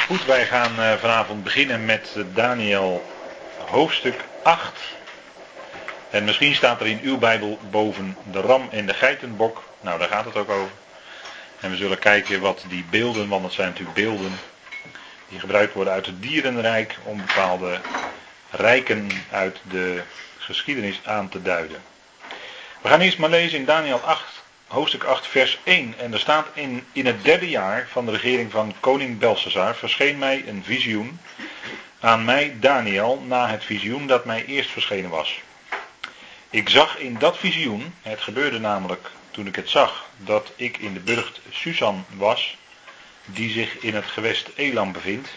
Goed, wij gaan vanavond beginnen met Daniël hoofdstuk 8. En misschien staat er in uw Bijbel boven de ram en de geitenbok. Nou, daar gaat het ook over. En we zullen kijken wat die beelden, want het zijn natuurlijk beelden die gebruikt worden uit het dierenrijk om bepaalde rijken uit de geschiedenis aan te duiden. We gaan eerst maar lezen in Daniël 8, hoofdstuk 8, vers 1. En er staat in het 3e jaar van de regering van koning Belshazzar verscheen mij een visioen aan mij, Daniël, na het visioen dat mij eerst verschenen was. Ik zag in dat visioen, het gebeurde namelijk toen ik het zag, dat ik in de burcht Susan was, die zich in het gewest Elam bevindt.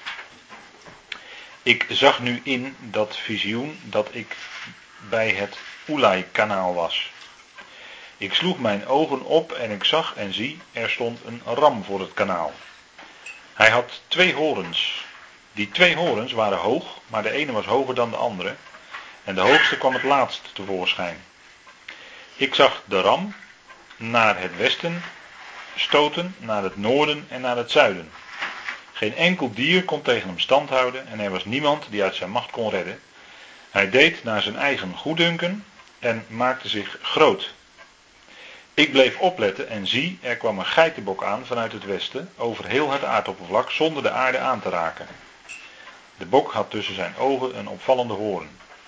Ik zag nu in dat visioen dat ik bij het Ulai-kanaal was. Ik sloeg mijn ogen op en ik zag en zie, er stond een ram voor het kanaal. Hij had 2 horens. Die 2 horens waren hoog, maar de ene was hoger dan de andere. En de hoogste kwam het laatst tevoorschijn. Ik zag de ram naar het westen stoten, naar het noorden en naar het zuiden. Geen enkel dier kon tegen hem stand houden en er was niemand die uit zijn macht kon redden. Hij deed naar zijn eigen goeddunken en maakte zich groot. Ik bleef opletten en zie, er kwam een geitenbok aan vanuit het westen, over heel het aardoppervlak, zonder de aarde aan te raken. De bok had tussen zijn ogen een opvallende hoorn.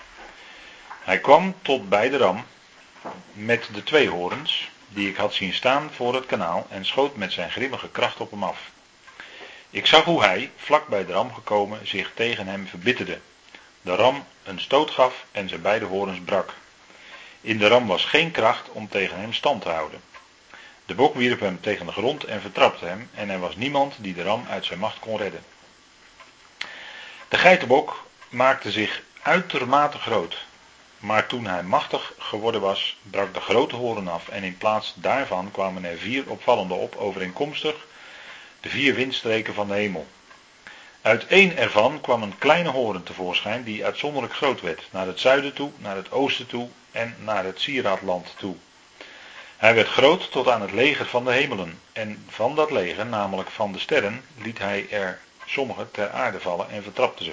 Hij kwam tot bij de ram met de 2 horens, die ik had zien staan voor het kanaal, en schoot met zijn grimmige kracht op hem af. Ik zag hoe hij, vlak bij de ram gekomen, zich tegen hem verbitterde. De ram een stoot gaf en zijn beide horens brak. In de ram was geen kracht om tegen hem stand te houden. De bok wierp hem tegen de grond en vertrapte hem, en er was niemand die de ram uit zijn macht kon redden. De geitenbok maakte zich uitermate groot, maar toen hij machtig geworden was, brak de grote hoorn af en in plaats daarvan kwamen er 4 opvallende op, overeenkomstig de 4 windstreken van de hemel. Uit 1 ervan kwam een kleine hoorn tevoorschijn die uitzonderlijk groot werd, naar het zuiden toe, naar het oosten toe en naar het sieraadland toe. Hij werd groot tot aan het leger van de hemelen, en van dat leger, namelijk van de sterren, liet hij er sommige ter aarde vallen en vertrapte ze.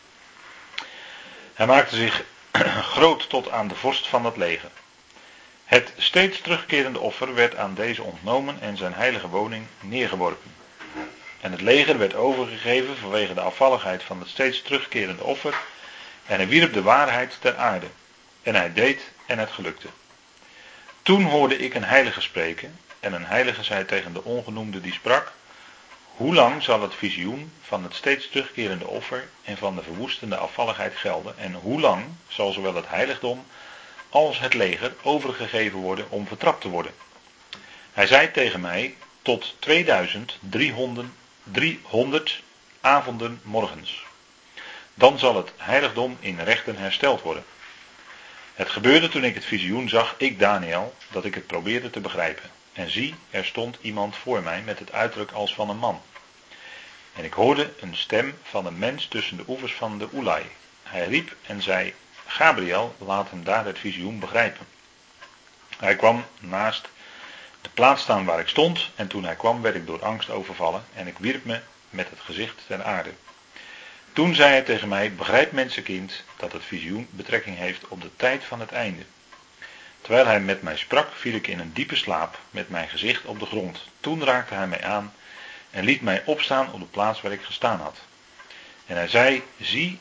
Hij maakte zich groot tot aan de vorst van dat leger. Het steeds terugkerende offer werd aan deze ontnomen en zijn heilige woning neergeworpen. En het leger werd overgegeven vanwege de afvalligheid van het steeds terugkerende offer, en hij wierp de waarheid ter aarde. En hij deed en het gelukte. Toen hoorde ik een heilige spreken, en een heilige zei tegen de ongenoemde die sprak: hoe lang zal het visioen van het steeds terugkerende offer en van de verwoestende afvalligheid gelden, en hoe lang zal zowel het heiligdom als het leger overgegeven worden om vertrapt te worden? Hij zei tegen mij: tot 2300 avonden morgens. Dan zal het heiligdom in rechten hersteld worden. Het gebeurde toen ik het visioen zag, ik Daniël, dat ik het probeerde te begrijpen. En zie, er stond iemand voor mij met het uiterlijk als van een man. En ik hoorde een stem van een mens tussen de oevers van de Ulai. Hij riep en zei: Gabriel, laat hem daar het visioen begrijpen. Hij kwam naast de plaats staan waar ik stond, en toen hij kwam werd ik door angst overvallen en ik wierp me met het gezicht ter aarde. Toen zei hij tegen mij: begrijp mensenkind dat het visioen betrekking heeft op de tijd van het einde. Terwijl hij met mij sprak, viel ik in een diepe slaap met mijn gezicht op de grond. Toen raakte hij mij aan en liet mij opstaan op de plaats waar ik gestaan had. En hij zei: zie,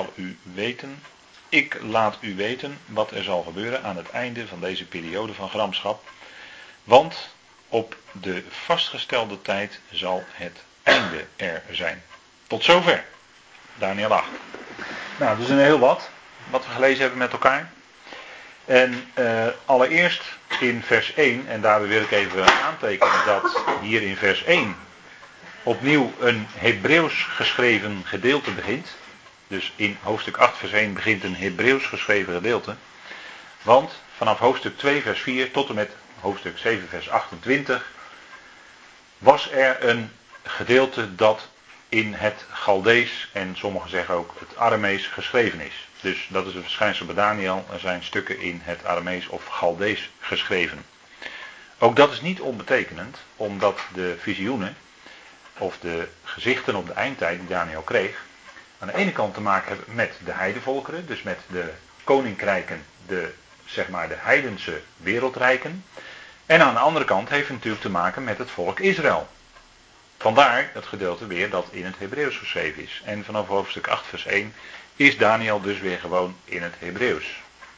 ik laat u weten wat er zal gebeuren aan het einde van deze periode van gramschap. Want op de vastgestelde tijd zal het einde er zijn. Tot zover. Daniël 8. Nou, dat is een heel wat we gelezen hebben met elkaar. En allereerst in vers 1, en daarbij wil ik even aantekenen dat hier in vers 1 opnieuw een Hebreeuws geschreven gedeelte begint. Dus in hoofdstuk 8 vers 1 begint een Hebreeuws geschreven gedeelte. Want vanaf hoofdstuk 2 vers 4 tot en met hoofdstuk 7 vers 28 was er een gedeelte dat in het Chaldees en sommigen zeggen ook het Aramees geschreven is. Dus dat is het verschijnsel bij Daniël. Er zijn stukken in het Aramees of Chaldees geschreven. Ook dat is niet onbetekenend, omdat de visioenen of de gezichten op de eindtijd die Daniel kreeg, aan de ene kant te maken hebben met de heidevolkeren, dus met de koninkrijken, de heidense wereldrijken. En aan de andere kant heeft het natuurlijk te maken met het volk Israël. Vandaar het gedeelte weer dat in het Hebreeuws geschreven is. En vanaf hoofdstuk 8 vers 1 is Daniel dus weer gewoon in het Hebreeuws.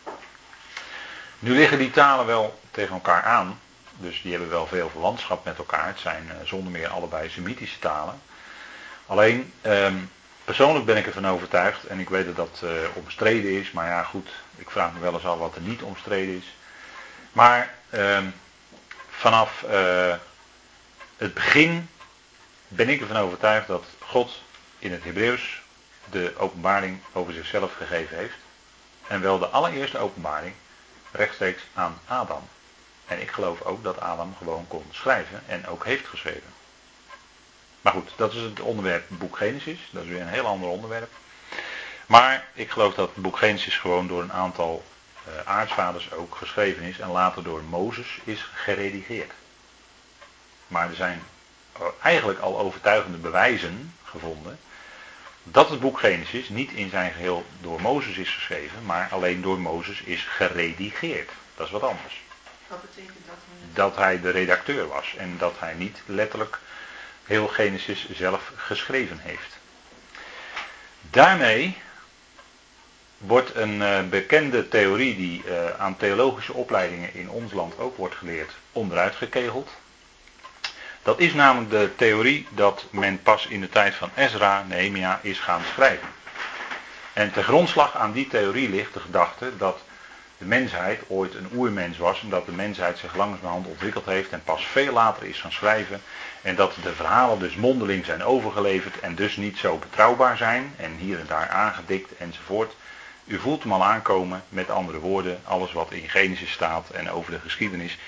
Nu liggen die talen wel tegen elkaar aan. Dus die hebben wel veel verwantschap met elkaar. Het zijn zonder meer allebei Semitische talen. Alleen, persoonlijk ben ik ervan overtuigd. En ik weet dat dat omstreden is. Maar ja goed, ik vraag me wel eens af wat er niet omstreden is. Maar vanaf het begin ben ik ervan overtuigd dat God in het Hebreeuws de openbaring over zichzelf gegeven heeft. En wel de allereerste openbaring rechtstreeks aan Adam. En ik geloof ook dat Adam gewoon kon schrijven en ook heeft geschreven. Maar goed, dat is het onderwerp boek Genesis. Dat is weer een heel ander onderwerp. Maar ik geloof dat het boek Genesis gewoon door een aantal aartsvaders ook geschreven is. En later door Mozes is geredigeerd. Maar er zijn eigenlijk al overtuigende bewijzen gevonden dat het boek Genesis niet in zijn geheel door Mozes is geschreven, maar alleen door Mozes is geredigeerd. Dat is wat anders. Wat betekent dat? Dat hij de redacteur was en dat hij niet letterlijk heel Genesis zelf geschreven heeft. Daarmee wordt een bekende theorie die aan theologische opleidingen in ons land ook wordt geleerd onderuit gekegeld. Dat is namelijk de theorie dat men pas in de tijd van Ezra, Nehemia is gaan schrijven. En ten grondslag aan die theorie ligt de gedachte dat de mensheid ooit een oermens was en dat de mensheid zich langzamerhand ontwikkeld heeft en pas veel later is gaan schrijven. En dat de verhalen dus mondeling zijn overgeleverd en dus niet zo betrouwbaar zijn en hier en daar aangedikt enzovoort. U voelt hem al aankomen, met andere woorden, alles wat in Genesis staat en over de geschiedenis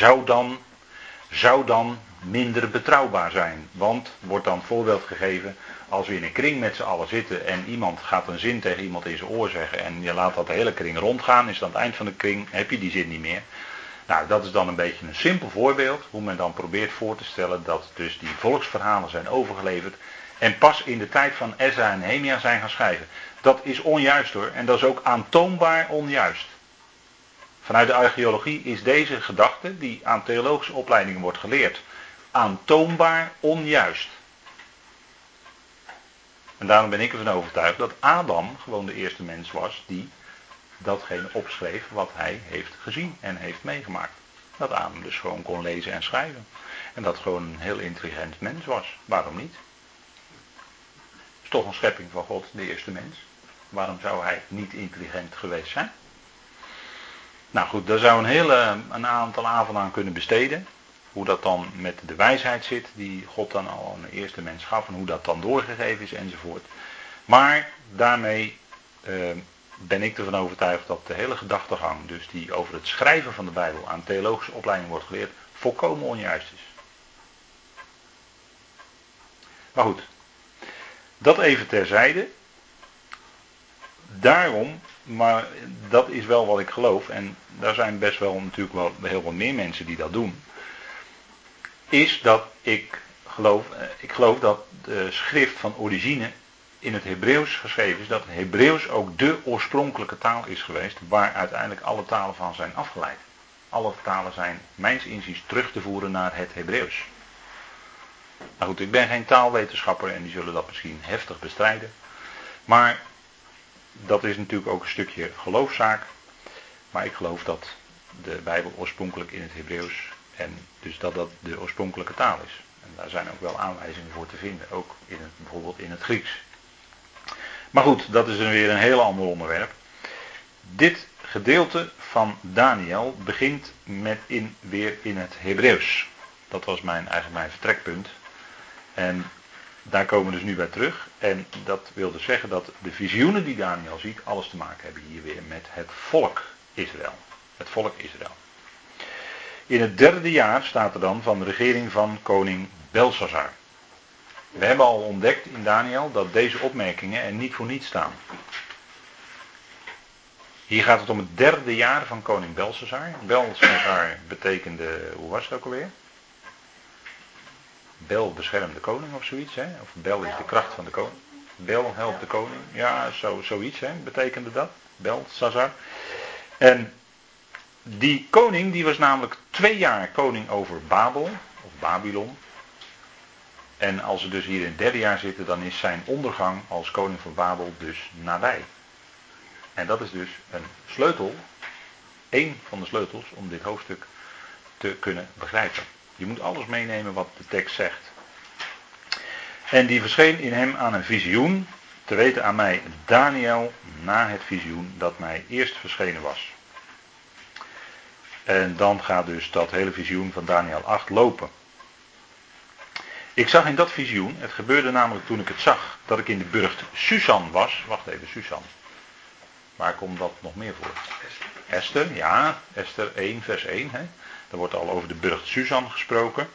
zou dan minder betrouwbaar zijn. Want, wordt dan voorbeeld gegeven, als we in een kring met z'n allen zitten en iemand gaat een zin tegen iemand in zijn oor zeggen en je laat dat de hele kring rondgaan, is aan het eind van de kring, heb je die zin niet meer. Nou, dat is dan een beetje een simpel voorbeeld, hoe men dan probeert voor te stellen dat dus die volksverhalen zijn overgeleverd en pas in de tijd van Ezra en Nehemia zijn gaan schrijven. Dat is onjuist hoor, en dat is ook aantoonbaar onjuist. Vanuit de archeologie is deze gedachte, die aan theologische opleidingen wordt geleerd, aantoonbaar onjuist. En daarom ben ik ervan overtuigd dat Adam gewoon de eerste mens was die datgene opschreef wat hij heeft gezien en heeft meegemaakt. Dat Adam dus gewoon kon lezen en schrijven. En dat gewoon een heel intelligent mens was. Waarom niet? Het is toch een schepping van God, de eerste mens. Waarom zou hij niet intelligent geweest zijn? Nou goed, daar zou een aantal avonden aan kunnen besteden. Hoe dat dan met de wijsheid zit die God dan al aan de eerste mens gaf en hoe dat dan doorgegeven is enzovoort. Maar daarmee ben ik ervan overtuigd dat de hele gedachtegang, dus die over het schrijven van de Bijbel aan theologische opleiding wordt geleerd, volkomen onjuist is. Maar goed, dat even terzijde. Daarom, maar dat is wel wat ik geloof, en daar zijn best wel natuurlijk wel heel wat meer mensen die dat doen, is dat ik geloof dat de schrift van origine in het Hebreeuws geschreven is, dat het Hebreeuws ook de oorspronkelijke taal is geweest, waar uiteindelijk alle talen van zijn afgeleid. Alle talen zijn, mijns inziens, terug te voeren naar het Hebreeuws. Nou goed, ik ben geen taalwetenschapper en die zullen dat misschien heftig bestrijden, maar dat is natuurlijk ook een stukje geloofszaak. Maar ik geloof dat de Bijbel oorspronkelijk in het Hebreeuws en dus dat dat de oorspronkelijke taal is. En daar zijn ook wel aanwijzingen voor te vinden, ook bijvoorbeeld in het Grieks. Maar goed, dat is weer een heel ander onderwerp. Dit gedeelte van Daniel begint weer in het Hebreeuws. Dat was eigenlijk mijn vertrekpunt. En daar komen we dus nu bij terug. En dat wil dus zeggen dat de visioenen die Daniel ziet alles te maken hebben hier weer met het volk Israël. Het volk Israël. In het 3e jaar staat er dan van de regering van koning Belshazzar. We hebben al ontdekt in Daniel dat deze opmerkingen er niet voor niets staan. Hier gaat het om het 3e jaar van koning Belshazzar. Belshazzar betekende, hoe was het ook alweer? Bel beschermt de koning of zoiets. Hè? Of Bel is de kracht van de koning. Bel helpt de koning. Ja, zoiets hè, betekende dat. Belshazzar. En die koning die was namelijk 2 jaar koning over Babel. Of Babylon. En als we dus hier in het 3e jaar zitten, dan is zijn ondergang als koning van Babel dus nabij. En dat is dus een sleutel, één van de sleutels om dit hoofdstuk te kunnen begrijpen. Je moet alles meenemen wat de tekst zegt. En die verscheen in hem aan een visioen, te weten aan mij Daniel, na het visioen dat mij eerst verschenen was. En dan gaat dus dat hele visioen van Daniel 8 lopen. Ik zag in dat visioen, het gebeurde namelijk toen ik het zag, dat ik in de burcht Susan was. Wacht even, Susan. Waar komt dat nog meer voor? Esther, ja, Esther 1 vers 1. Hè. Daar wordt al over de burcht Susan gesproken.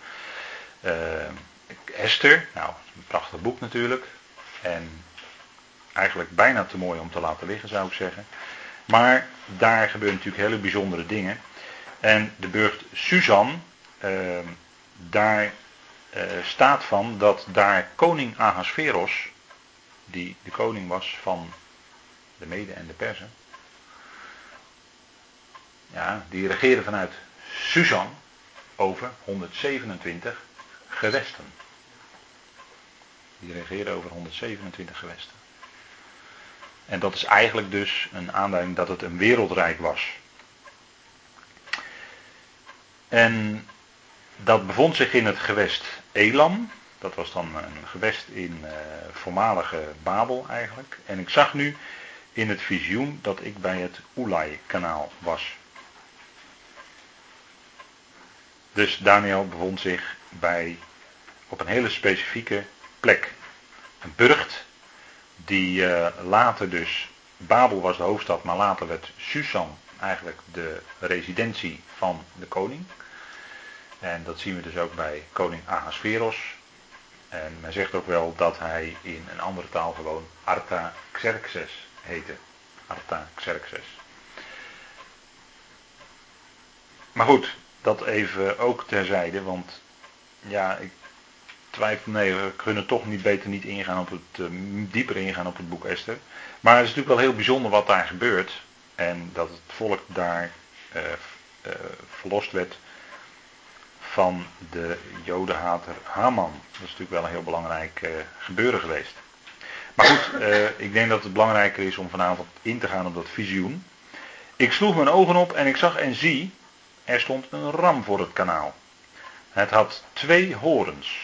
Esther, nou, een prachtig boek natuurlijk. En eigenlijk bijna te mooi om te laten liggen, zou ik zeggen. Maar daar gebeuren natuurlijk hele bijzondere dingen. En de burcht Susan, daar staat van dat daar koning Ahasveros, die de koning was van de Meden en de Perzen, ja, die regeerde vanuit Susan over 127 gewesten. Die regeerde over 127 gewesten. En dat is eigenlijk dus een aanduiding dat het een wereldrijk was. En dat bevond zich in het gewest Elam. Dat was dan een gewest in voormalige Babel eigenlijk. En ik zag nu in het visioen dat ik bij het Ulai-kanaal was. Dus Daniel bevond zich op een hele specifieke plek. Een burcht die later dus, Babel was de hoofdstad, maar later werd Susan eigenlijk de residentie van de koning. En dat zien we dus ook bij koning Ahasveros. En men zegt ook wel dat hij in een andere taal gewoon Artaxerxes heette. Artaxerxes. Maar goed, dat even ook terzijde, want ja, ik twijfel, nee, we kunnen toch beter niet ingaan op dieper ingaan op het boek Esther. Maar het is natuurlijk wel heel bijzonder wat daar gebeurt. En dat het volk daar verlost werd van de jodenhater Haman. Dat is natuurlijk wel een heel belangrijk gebeuren geweest. Maar goed, ik denk dat het belangrijker is om vanavond in te gaan op dat visioen. Ik sloeg mijn ogen op en ik zag en zie, er stond een ram voor het kanaal. Het had 2 horens.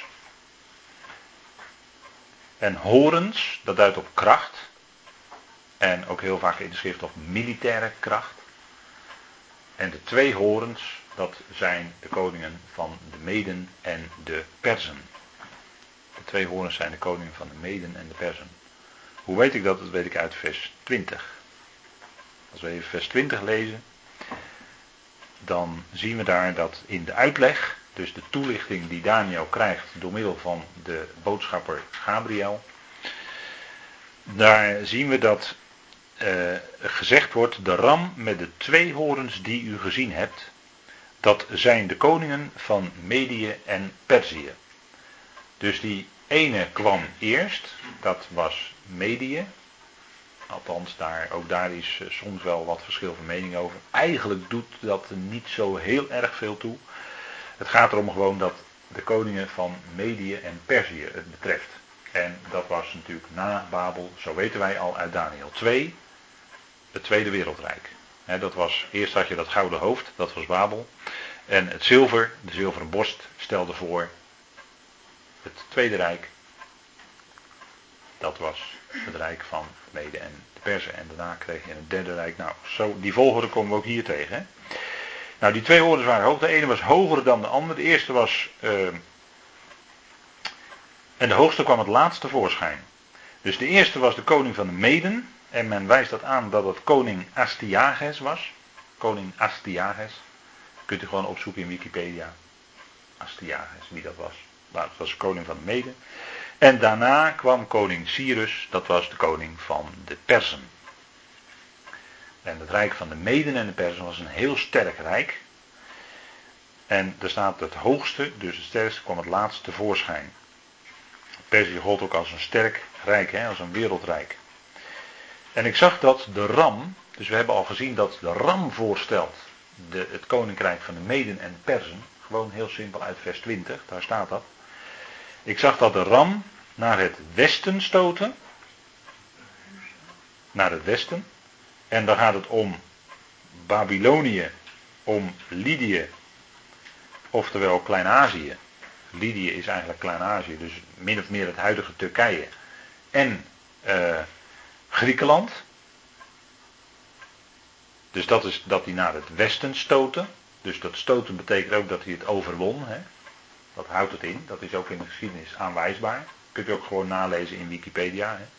En horens, dat duidt op kracht. En ook heel vaak in de schrift op militaire kracht. En de 2 horens, dat zijn de koningen van de Meden en de Perzen. De 2 horens zijn de koningen van de Meden en de Perzen. Hoe weet ik dat? Dat weet ik uit vers 20. Als we even vers 20 lezen, dan zien we daar dat in de uitleg, dus de toelichting die Daniel krijgt door middel van de boodschapper Gabriel, daar zien we dat gezegd wordt, de ram met de 2 horens die u gezien hebt, dat zijn de koningen van Medië en Perzië. Dus die ene kwam eerst, dat was Medië. Althans, ook daar is soms wel wat verschil van mening over. Eigenlijk doet dat er niet zo heel erg veel toe. Het gaat erom gewoon dat de koningen van Medië en Perzië het betreft. En dat was natuurlijk na Babel, zo weten wij al uit Daniel 2, het Tweede Wereldrijk. Eerst had je dat gouden hoofd, dat was Babel. En het zilver, de zilveren borst, stelde voor het Tweede Rijk. Dat was het rijk van Mede en de Perzen. En daarna kreeg je een derde rijk. Nou, zo, die volgorde komen we ook hier tegen. Hè? Nou, die 2 horens waren hoog. De ene was hoger dan de andere. De eerste was... en de hoogste kwam het laatste voorschijn. Dus de eerste was de koning van de Meden. En men wijst dat aan dat het koning Astyages was. Koning Astyages. Kunt u gewoon opzoeken in Wikipedia. Astyages, wie dat was. Nou, dat was de koning van de Meden. En daarna kwam koning Cyrus, dat was de koning van de Perzen. En het rijk van de Meden en de Perzen was een heel sterk rijk. En er staat het hoogste, dus het sterkste, kwam het laatst tevoorschijn. Perzië gold ook als een sterk rijk, als een wereldrijk. En ik zag dat de ram, dus we hebben al gezien dat de ram voorstelt het koninkrijk van de Meden en Perzen. Gewoon heel simpel uit vers 20, daar staat dat. Ik zag dat de ram naar het westen stoten. Naar het westen. En dan gaat het om Babylonië, om Lydië, oftewel Klein-Azië. Lydië is eigenlijk Klein-Azië, dus min of meer het huidige Turkije. En Griekenland. Dus dat is dat hij naar het westen stoten. Dus dat stoten betekent ook dat hij het overwon. Hè? Dat houdt het in. Dat is ook in de geschiedenis aanwijsbaar. Kunt u ook gewoon nalezen in Wikipedia. Hè?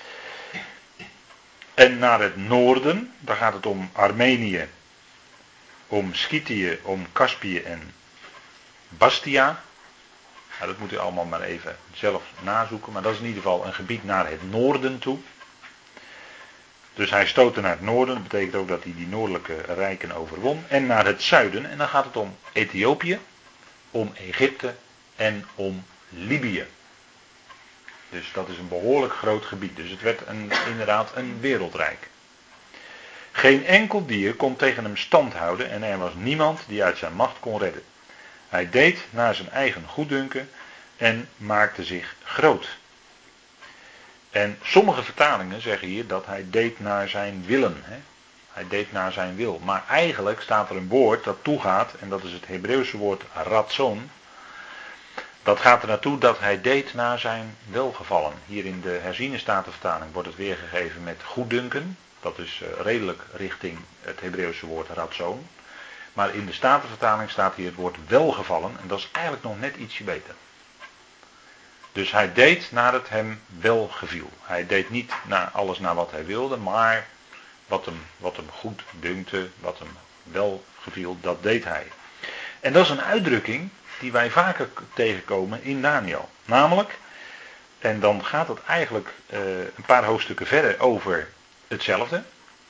En naar het noorden, daar gaat het om Armenië, om Scythië, om Caspië en Bastia. Nou, dat moet u allemaal maar even zelf nazoeken. Maar dat is in ieder geval een gebied naar het noorden toe. Dus hij stootte naar het noorden. Dat betekent ook dat hij die noordelijke rijken overwon. En naar het zuiden. En dan gaat het om Ethiopië, om Egypte en om Libië. Dus dat is een behoorlijk groot gebied. Dus het werd inderdaad een wereldrijk. Geen enkel dier kon tegen hem stand houden en er was niemand die uit zijn macht kon redden. Hij deed naar zijn eigen goeddunken en maakte zich groot. En sommige vertalingen zeggen hier dat hij deed naar zijn willen. Hè? Hij deed naar zijn wil. Maar eigenlijk staat er een woord dat toegaat, en dat is het Hebreeuwse woord ratson. Dat gaat er naartoe dat hij deed naar zijn welgevallen. Hier in de herziene statenvertaling wordt het weergegeven met goeddunken. Dat is redelijk richting het Hebreeuwse woord ratson. Maar in de statenvertaling staat hier het woord welgevallen. En dat is eigenlijk nog net ietsje beter. Dus hij deed naar het hem wel geviel. Hij deed niet naar alles naar wat hij wilde, maar wat hem goed dunkte, wat hem wel geviel, dat deed hij. En dat is een uitdrukking die wij vaker tegenkomen in Daniel. Namelijk, en dan gaat het eigenlijk een paar hoofdstukken verder over hetzelfde.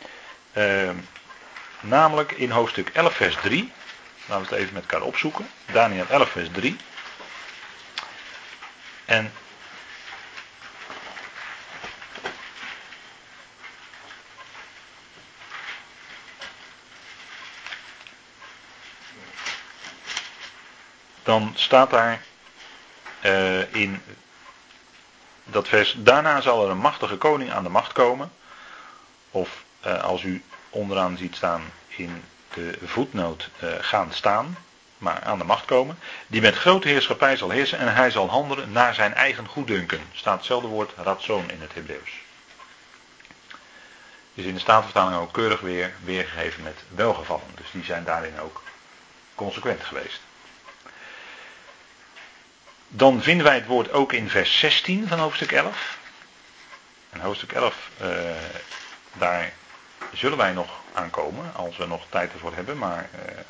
Namelijk in hoofdstuk 11 vers 3. Laten we het even met elkaar opzoeken. Daniel 11 vers 3. En dan staat daar in dat vers: daarna zal er een machtige koning aan de macht komen. Of als u onderaan ziet staan in de voetnoot gaan staan, maar aan de macht komen. Die met grote heerschappij zal heersen en hij zal handelen naar zijn eigen goeddunken. Staat hetzelfde woord ratzoon in het Hebreeuws. Is in de Statenvertaling ook keurig weergegeven met welgevallen. Dus die zijn daarin ook consequent geweest. Dan vinden wij het woord ook in vers 16 van hoofdstuk 11. En hoofdstuk 11, daar zullen wij nog aankomen, als we nog tijd ervoor hebben. Maar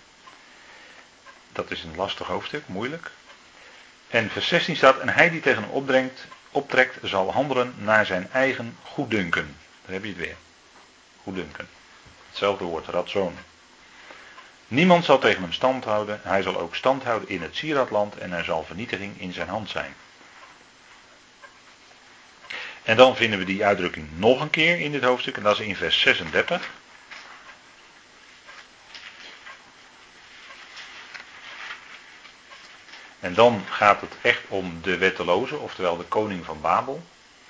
dat is een lastig hoofdstuk, moeilijk. En vers 16 staat: en hij die tegen hem optrekt zal handelen naar zijn eigen goeddunken. Daar heb je het weer. Goeddunken. Hetzelfde woord, ratzoon. Niemand zal tegen hem stand houden. Hij zal ook stand houden in het Sieradland en er zal vernietiging in zijn hand zijn. En dan vinden we die uitdrukking nog een keer in dit hoofdstuk. En dat is in vers 36. En dan gaat het echt om de wetteloze, oftewel de koning van Babel.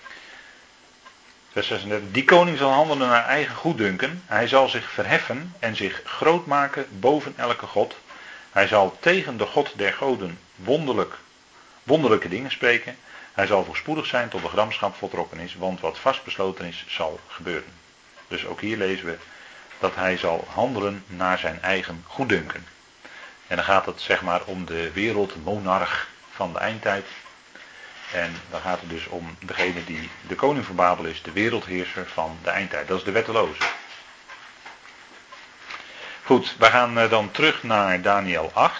Vers 36. Die koning zal handelen naar eigen goeddunken. Hij zal zich verheffen en zich groot maken boven elke god. Hij zal tegen de God der goden wonderlijke dingen spreken. Hij zal voorspoedig zijn tot de gramschap voltrokken is, want wat vastbesloten is, zal gebeuren. Dus ook hier lezen we dat hij zal handelen naar zijn eigen goeddunken. En dan gaat het zeg maar om de wereldmonarch van de eindtijd. En dan gaat het dus om degene die de koning van Babel is, de wereldheerser van de eindtijd. Dat is de wetteloze. Goed, we gaan dan terug naar Daniel 8.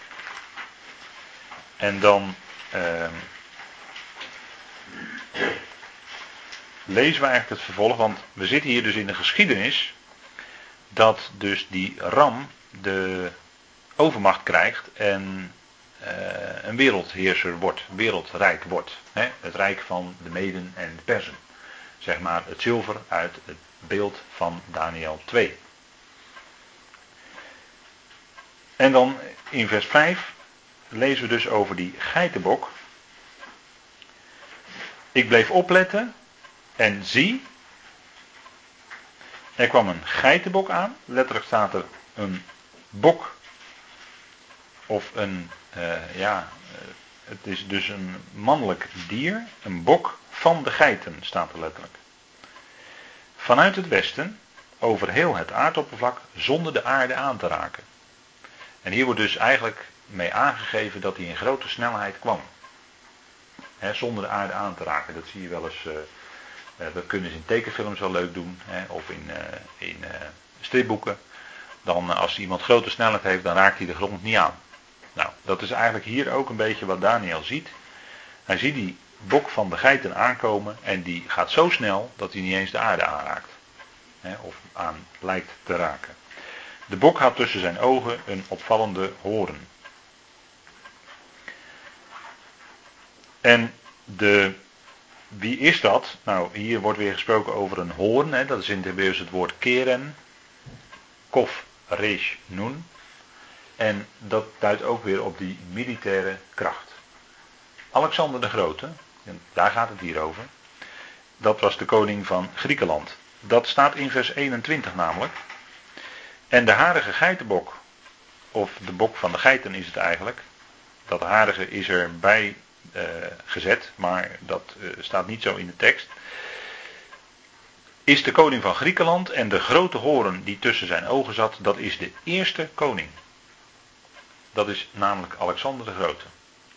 En dan lezen we eigenlijk het vervolg, want we zitten hier dus in de geschiedenis dat dus die ram de overmacht krijgt en een wereldheerser wordt, wereldrijk wordt. Hè? Het rijk van de Meden en de Perzen. Zeg maar het zilver uit het beeld van Daniel 2. En dan in vers 5 lezen we dus over die geitenbok. Ik bleef opletten en zie, er kwam een geitenbok aan. Letterlijk staat er een bok of een, het is dus een mannelijk dier, een bok van de geiten staat er letterlijk. Vanuit het westen, over heel het aardoppervlak, zonder de aarde aan te raken. En hier wordt dus eigenlijk mee aangegeven dat hij in grote snelheid kwam. Zonder de aarde aan te raken. Dat zie je wel eens. Dat kunnen ze in tekenfilms wel leuk doen. Of in stripboeken. Dan als iemand grote snelheid heeft, dan raakt hij de grond niet aan. Nou, dat is eigenlijk hier ook een beetje wat Daniel ziet. Hij ziet die bok van de geiten aankomen. En die gaat zo snel dat hij niet eens de aarde aanraakt. Of aan lijkt te raken. De bok had tussen zijn ogen een opvallende hoorn. En wie is dat? Nou, hier wordt weer gesproken over een hoorn. Dat is in het Hebreeuws het woord keren. Kof, resh, nun. En dat duidt ook weer op die militaire kracht. Alexander de Grote, daar gaat het hier over. Dat was de koning van Griekenland. Dat staat in vers 21 namelijk. En de harige geitenbok, of de bok van de geiten is het eigenlijk. Dat harige is erbij gezet, maar dat staat niet zo in de tekst. Is de koning van Griekenland en de grote hoorn die tussen zijn ogen zat, dat is de eerste koning. Dat is namelijk Alexander de Grote.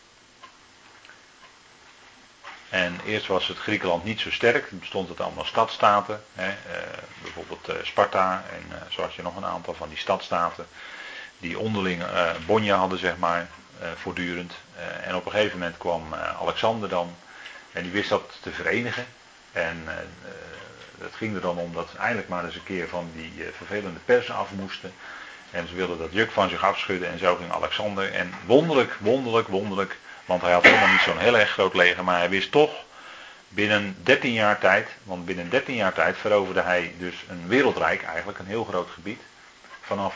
En eerst was het Griekenland niet zo sterk, dan bestond het allemaal stadstaten. Bijvoorbeeld Sparta en zo had je nog een aantal van die stadstaten. Die onderling bonje hadden zeg maar, voortdurend. En op een gegeven moment kwam Alexander dan en die wist dat te verenigen. En het ging er dan om dat ze eindelijk maar eens een keer van die vervelende Persen af moesten. En ze wilden dat juk van zich afschudden en zo ging Alexander. En wonderlijk, want hij had helemaal niet zo'n heel erg groot leger, maar hij wist toch binnen 13 jaar tijd, want binnen 13 jaar tijd veroverde hij dus een wereldrijk, eigenlijk een heel groot gebied. Vanaf,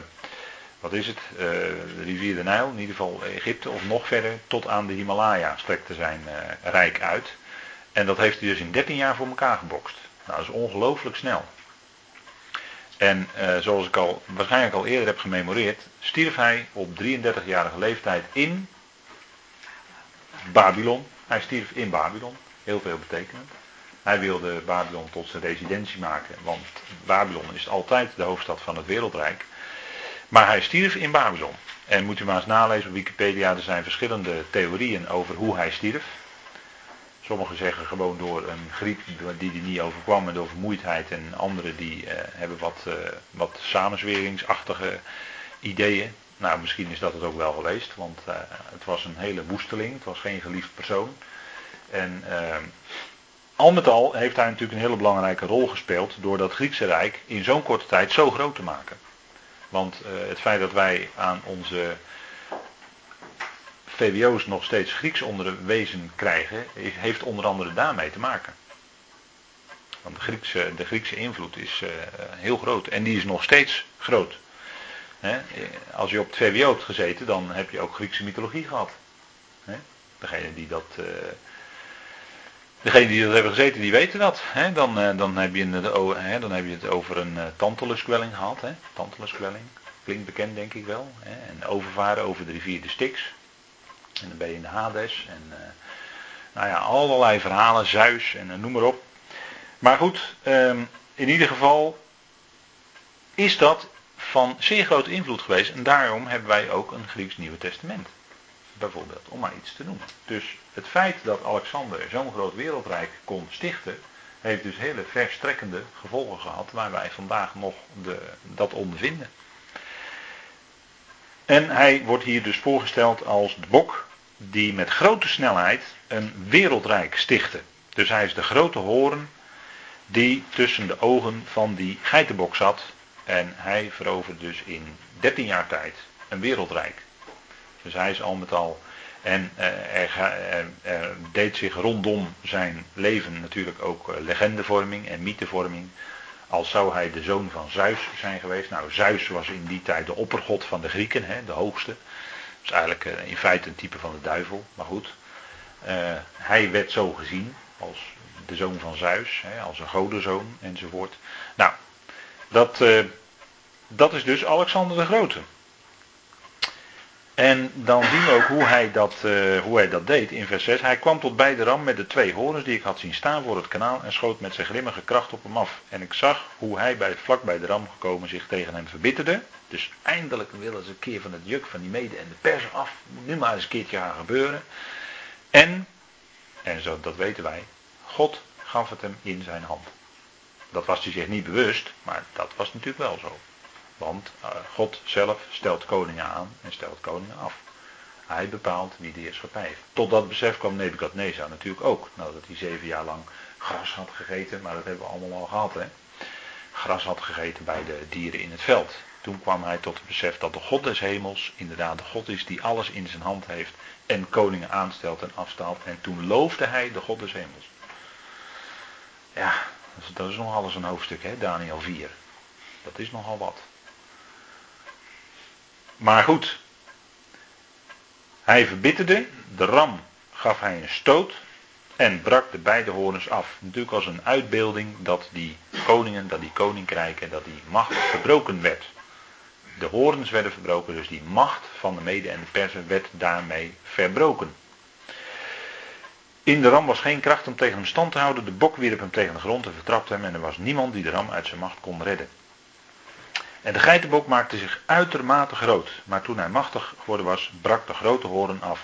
de rivier de Nijl, in ieder geval Egypte of nog verder, tot aan de Himalaya strekte zijn rijk uit. En dat heeft hij dus in 13 jaar voor elkaar gebokst. Nou, dat is ongelooflijk snel. En zoals ik waarschijnlijk al eerder heb gememoreerd, stierf hij op 33-jarige leeftijd in Babylon. Hij stierf in Babylon, heel veel betekenend. Hij wilde Babylon tot zijn residentie maken, want Babylon is altijd de hoofdstad van het wereldrijk. Maar hij stierf in Babylon. En moet u maar eens nalezen op Wikipedia, er zijn verschillende theorieën over hoe hij stierf. Sommigen zeggen gewoon door een griep die niet overkwam en door vermoeidheid. En anderen die hebben wat samenzweringsachtige ideeën. Nou, misschien is dat het ook wel geweest, want het was een hele woesteling. Het was geen geliefd persoon. En al met al heeft hij natuurlijk een hele belangrijke rol gespeeld door dat Griekse Rijk in zo'n korte tijd zo groot te maken. Want het feit dat wij aan onze VWO's nog steeds Grieks onderwezen krijgen, heeft onder andere daarmee te maken. Want de Griekse invloed is heel groot en die is nog steeds groot. Als je op het VWO hebt gezeten, dan heb je ook Griekse mythologie gehad. Degene die dat hebben gezeten, die weten dat. Dan heb je het over een Tantaluskwelling gehad. Tantaluskwelling, klinkt bekend denk ik wel. En overvaren over de rivier de Styx. En dan ben je in de Hades. En allerlei verhalen, Zeus en noem maar op. Maar goed, in ieder geval is dat van zeer grote invloed geweest. En daarom hebben wij ook een Grieks Nieuwe Testament. Bijvoorbeeld, om maar iets te noemen. Dus het feit dat Alexander zo'n groot wereldrijk kon stichten, heeft dus hele verstrekkende gevolgen gehad, waar wij vandaag nog dat ondervinden. En hij wordt hier dus voorgesteld als de bok die met grote snelheid een wereldrijk stichtte. Dus hij is de grote hoorn die tussen de ogen van die geitenbok zat. En hij veroverde dus in 13 jaar tijd een wereldrijk. Dus hij is al met al. En er deed zich rondom zijn leven natuurlijk ook legendevorming en mythevorming. Als zou hij de zoon van Zeus zijn geweest. Nou, Zeus was in die tijd de oppergod van de Grieken, de hoogste. Dat is eigenlijk in feite een type van de duivel, maar goed. Hij werd zo gezien als de zoon van Zeus, als een godenzoon enzovoort. Nou, dat is dus Alexander de Grote. En dan zien we ook hoe hij dat deed in vers 6. Hij kwam tot bij de ram met de 2 horens die ik had zien staan voor het kanaal en schoot met zijn grimmige kracht op hem af. En ik zag hoe hij vlak bij de ram gekomen zich tegen hem verbitterde. Dus eindelijk willen ze een keer van het juk van die Mede en de Perzen af. Moet nu maar eens een keertje gaan gebeuren. En zo, dat weten wij, God gaf het hem in zijn hand. Dat was hij zich niet bewust, maar dat was natuurlijk wel zo. Want God zelf stelt koningen aan en stelt koningen af. Hij bepaalt wie de heerschappij heeft. Tot dat besef kwam Nebukadnezar natuurlijk ook. Nadat hij 7 jaar lang gras had gegeten, maar dat hebben we allemaal al gehad. Gras had gegeten bij de dieren in het veld. Toen kwam hij tot het besef dat de God des hemels inderdaad de God is die alles in zijn hand heeft. En koningen aanstelt en afstaalt. En toen loofde hij de God des hemels. Ja, dat is nogal eens een hoofdstuk, Daniel 4. Dat is nogal wat. Maar goed, hij verbitterde, de ram gaf hij een stoot en brak de beide horens af. Natuurlijk als een uitbeelding dat die koningen, dat die koninkrijken, dat die macht verbroken werd. De horens werden verbroken, dus die macht van de Mede en de Perzen werd daarmee verbroken. In de ram was geen kracht om tegen hem stand te houden, de bok wierp hem tegen de grond en vertrapte hem en er was niemand die de ram uit zijn macht kon redden. En de geitenbok maakte zich uitermate groot, maar toen hij machtig geworden was, brak de grote hoorn af.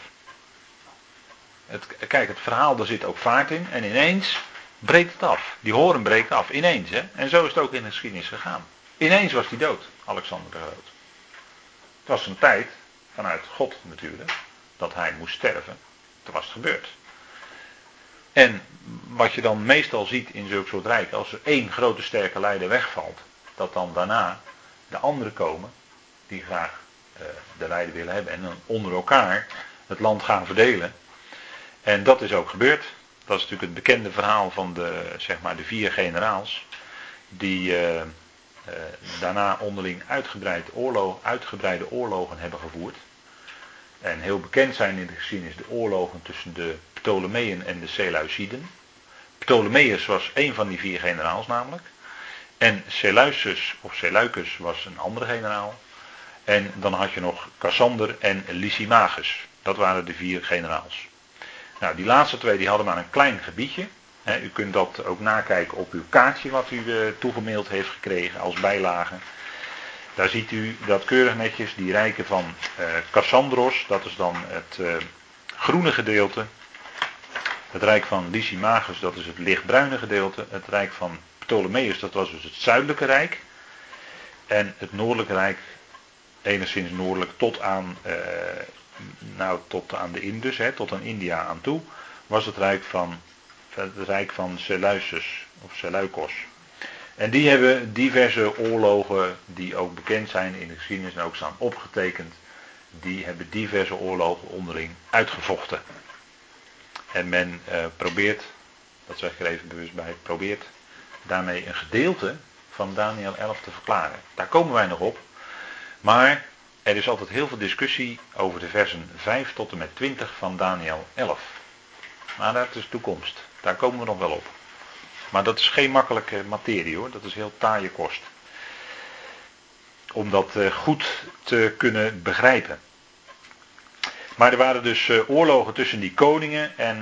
Kijk, het verhaal, daar zit ook vaart in en ineens breekt het af. Die hoorn breekt af, ineens. En zo is het ook in de geschiedenis gegaan. Ineens was hij dood, Alexander de Groot. Het was een tijd, vanuit God natuurlijk, dat hij moest sterven. Toen was het gebeurd. En wat je dan meestal ziet in zulke soort rijken, als er 1 grote sterke leider wegvalt, dat dan daarna de anderen komen die graag de leider willen hebben en dan onder elkaar het land gaan verdelen. En dat is ook gebeurd. Dat is natuurlijk het bekende verhaal van de 4 generaals die daarna onderling uitgebreide oorlogen hebben gevoerd. En heel bekend zijn in de geschiedenis de oorlogen tussen de Ptolemeën en de Seleuciden. Ptolemeus was één van die 4 generaals namelijk. En Seleucus was een andere generaal. En dan had je nog Cassander en Lysimachus. Dat waren de 4 generaals. Nou, die laatste 2 die hadden maar een klein gebiedje. U kunt dat ook nakijken op uw kaartje wat u toegemaild heeft gekregen als bijlage. Daar ziet u dat keurig netjes die rijken van Cassandros, dat is dan het groene gedeelte. Het rijk van Lysimachus, dat is het lichtbruine gedeelte. Het rijk van Ptolemeus, dat was dus het zuidelijke rijk. En het noordelijke rijk, enigszins noordelijk tot aan de Indus, tot aan India aan toe, was het rijk van Seleucus of Seleukos. En die hebben diverse oorlogen die ook bekend zijn in de geschiedenis en ook staan opgetekend. Die hebben diverse oorlogen onderling uitgevochten. En men probeert, dat zeg ik er even bewust bij, probeert daarmee een gedeelte van Daniel 11 te verklaren. Daar komen wij nog op. Maar er is altijd heel veel discussie over de versen 5 tot en met 20 van Daniel 11. Maar dat is toekomst. Daar komen we nog wel op. Maar dat is geen makkelijke materie hoor. Dat is heel taaie kost. Om dat goed te kunnen begrijpen. Maar er waren dus oorlogen tussen die koningen. En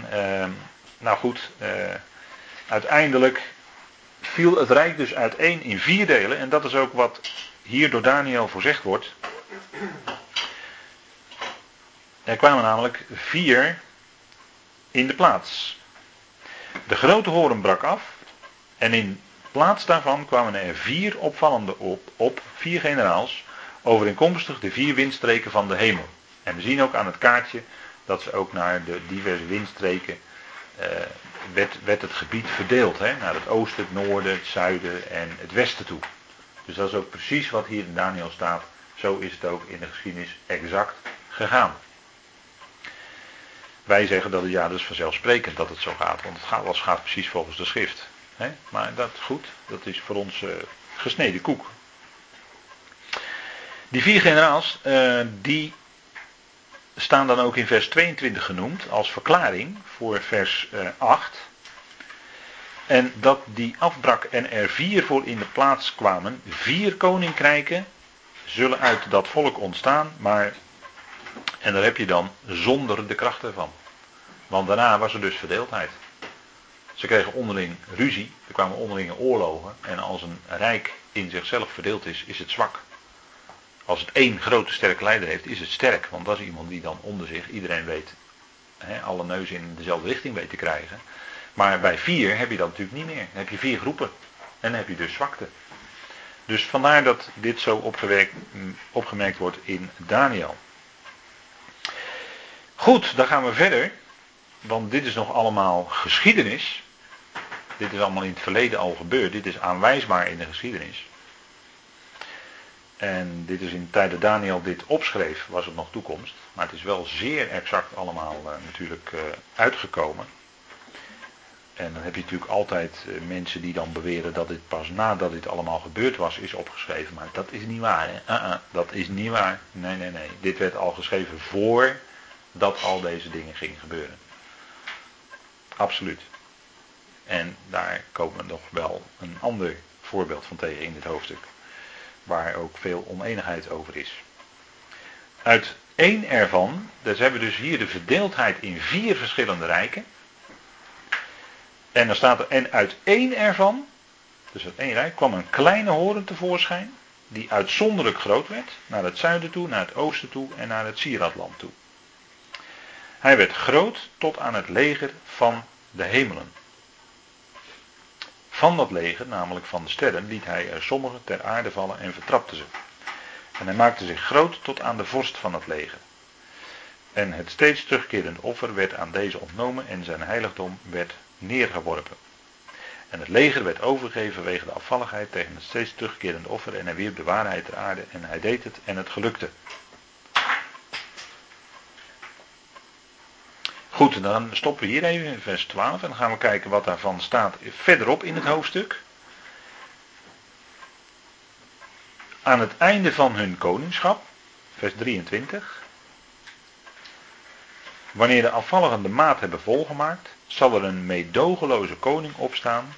uiteindelijk viel het rijk dus uiteen in 4 delen. En dat is ook wat hier door Daniel voorzegd wordt. Er kwamen namelijk 4 in de plaats. De grote hoorn brak af. En in plaats daarvan kwamen er 4 opvallende op 4 generaals. Overeenkomstig de 4 windstreken van de hemel. En we zien ook aan het kaartje dat ze ook naar de diverse windstreken werd het gebied verdeeld. Naar het oosten, het noorden, het zuiden en het westen toe. Dus dat is ook precies wat hier in Daniel staat. Zo is het ook in de geschiedenis exact gegaan. Wij zeggen dat het is vanzelfsprekend dat het zo gaat, want alles gaat precies volgens de schrift. Maar dat is goed, dat is voor ons gesneden koek. Die 4 generaals, die staan dan ook in vers 22 genoemd als verklaring voor vers 8. En dat die afbrak en er 4 voor in de plaats kwamen. 4 koninkrijken zullen uit dat volk ontstaan, maar, en daar heb je dan, zonder de kracht ervan. Want daarna was er dus verdeeldheid. Ze kregen onderling ruzie, er kwamen onderlinge oorlogen. En als een rijk in zichzelf verdeeld is, is het zwak. Als het 1 grote sterke leider heeft, is het sterk. Want dat is iemand die dan onder zich, iedereen weet, alle neuzen in dezelfde richting weet te krijgen. Maar bij 4 heb je dat natuurlijk niet meer. Dan heb je 4 groepen. En dan heb je dus zwakte. Dus vandaar dat dit zo opgemerkt wordt in Daniel. Goed, dan gaan we verder. Want dit is nog allemaal geschiedenis. Dit is allemaal in het verleden al gebeurd. Dit is aanwijsbaar in de geschiedenis. En dit is in de tijd dat Daniel dit opschreef, was het nog toekomst. Maar het is wel zeer exact allemaal natuurlijk uitgekomen. En dan heb je natuurlijk altijd mensen die dan beweren dat dit pas nadat dit allemaal gebeurd was, is opgeschreven. Maar dat is niet waar, hè? Dat is niet waar. Nee. Dit werd al geschreven voordat al deze dingen gingen gebeuren. Absoluut. En daar komen we nog wel een ander voorbeeld van tegen in dit hoofdstuk. Waar ook veel oneenigheid over is. Uit 1 ervan, dus hebben we dus hier de verdeeldheid in 4 verschillende rijken. En dan staat er, en uit 1 ervan, dus uit 1 rijk, kwam een kleine horen tevoorschijn. Die uitzonderlijk groot werd. Naar het zuiden toe, naar het oosten toe en naar het Sieradland toe. Hij werd groot tot aan het leger van de hemelen. Van dat leger, namelijk van de sterren, liet hij er sommigen ter aarde vallen en vertrapte ze. En hij maakte zich groot tot aan de vorst van het leger. En het steeds terugkerende offer werd aan deze ontnomen en zijn heiligdom werd neergeworpen. En het leger werd overgegeven vanwege de afvalligheid tegen het steeds terugkerende offer en hij wierp de waarheid ter aarde en hij deed het en het gelukte. Goed, dan stoppen we hier even in vers 12 en dan gaan we kijken wat daarvan staat verderop in het hoofdstuk. Aan het einde van hun koningschap, vers 23. Wanneer de afvalligen de maat hebben volgemaakt, zal er een meedogenloze koning opstaan,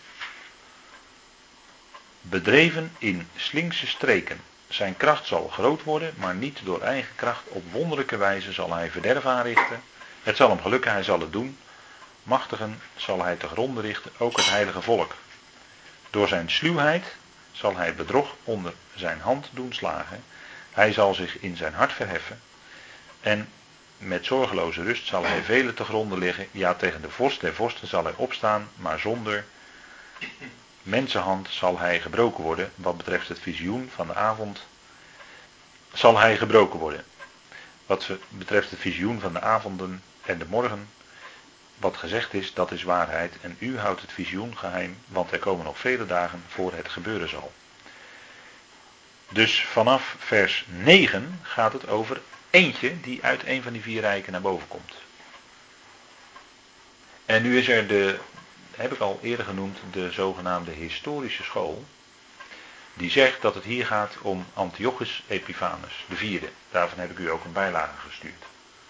bedreven in slinkse streken. Zijn kracht zal groot worden, maar niet door eigen kracht. Op wonderlijke wijze zal hij verderf aanrichten. Het zal hem gelukken, hij zal het doen. Machtigen zal hij te gronde richten, ook het heilige volk. Door zijn sluwheid zal hij bedrog onder zijn hand doen slagen. Hij zal zich in zijn hart verheffen. En met zorgeloze rust zal hij velen te gronde liggen. Ja, tegen de vorst der vorsten zal hij opstaan, maar zonder mensenhand zal hij gebroken worden. Wat betreft het visioen van de avond zal hij gebroken worden. Wat betreft het visioen van de avonden en de morgen, wat gezegd is, dat is waarheid. En u houdt het visioen geheim, want er komen nog vele dagen voor het gebeuren zal. Dus vanaf vers 9 gaat het over eentje die uit een van die 4 rijken naar boven komt. En nu is er heb ik al eerder genoemd, de zogenaamde historische school. Die zegt dat het hier gaat om Antiochus Epiphanes, de 4e. Daarvan heb ik u ook een bijlage gestuurd.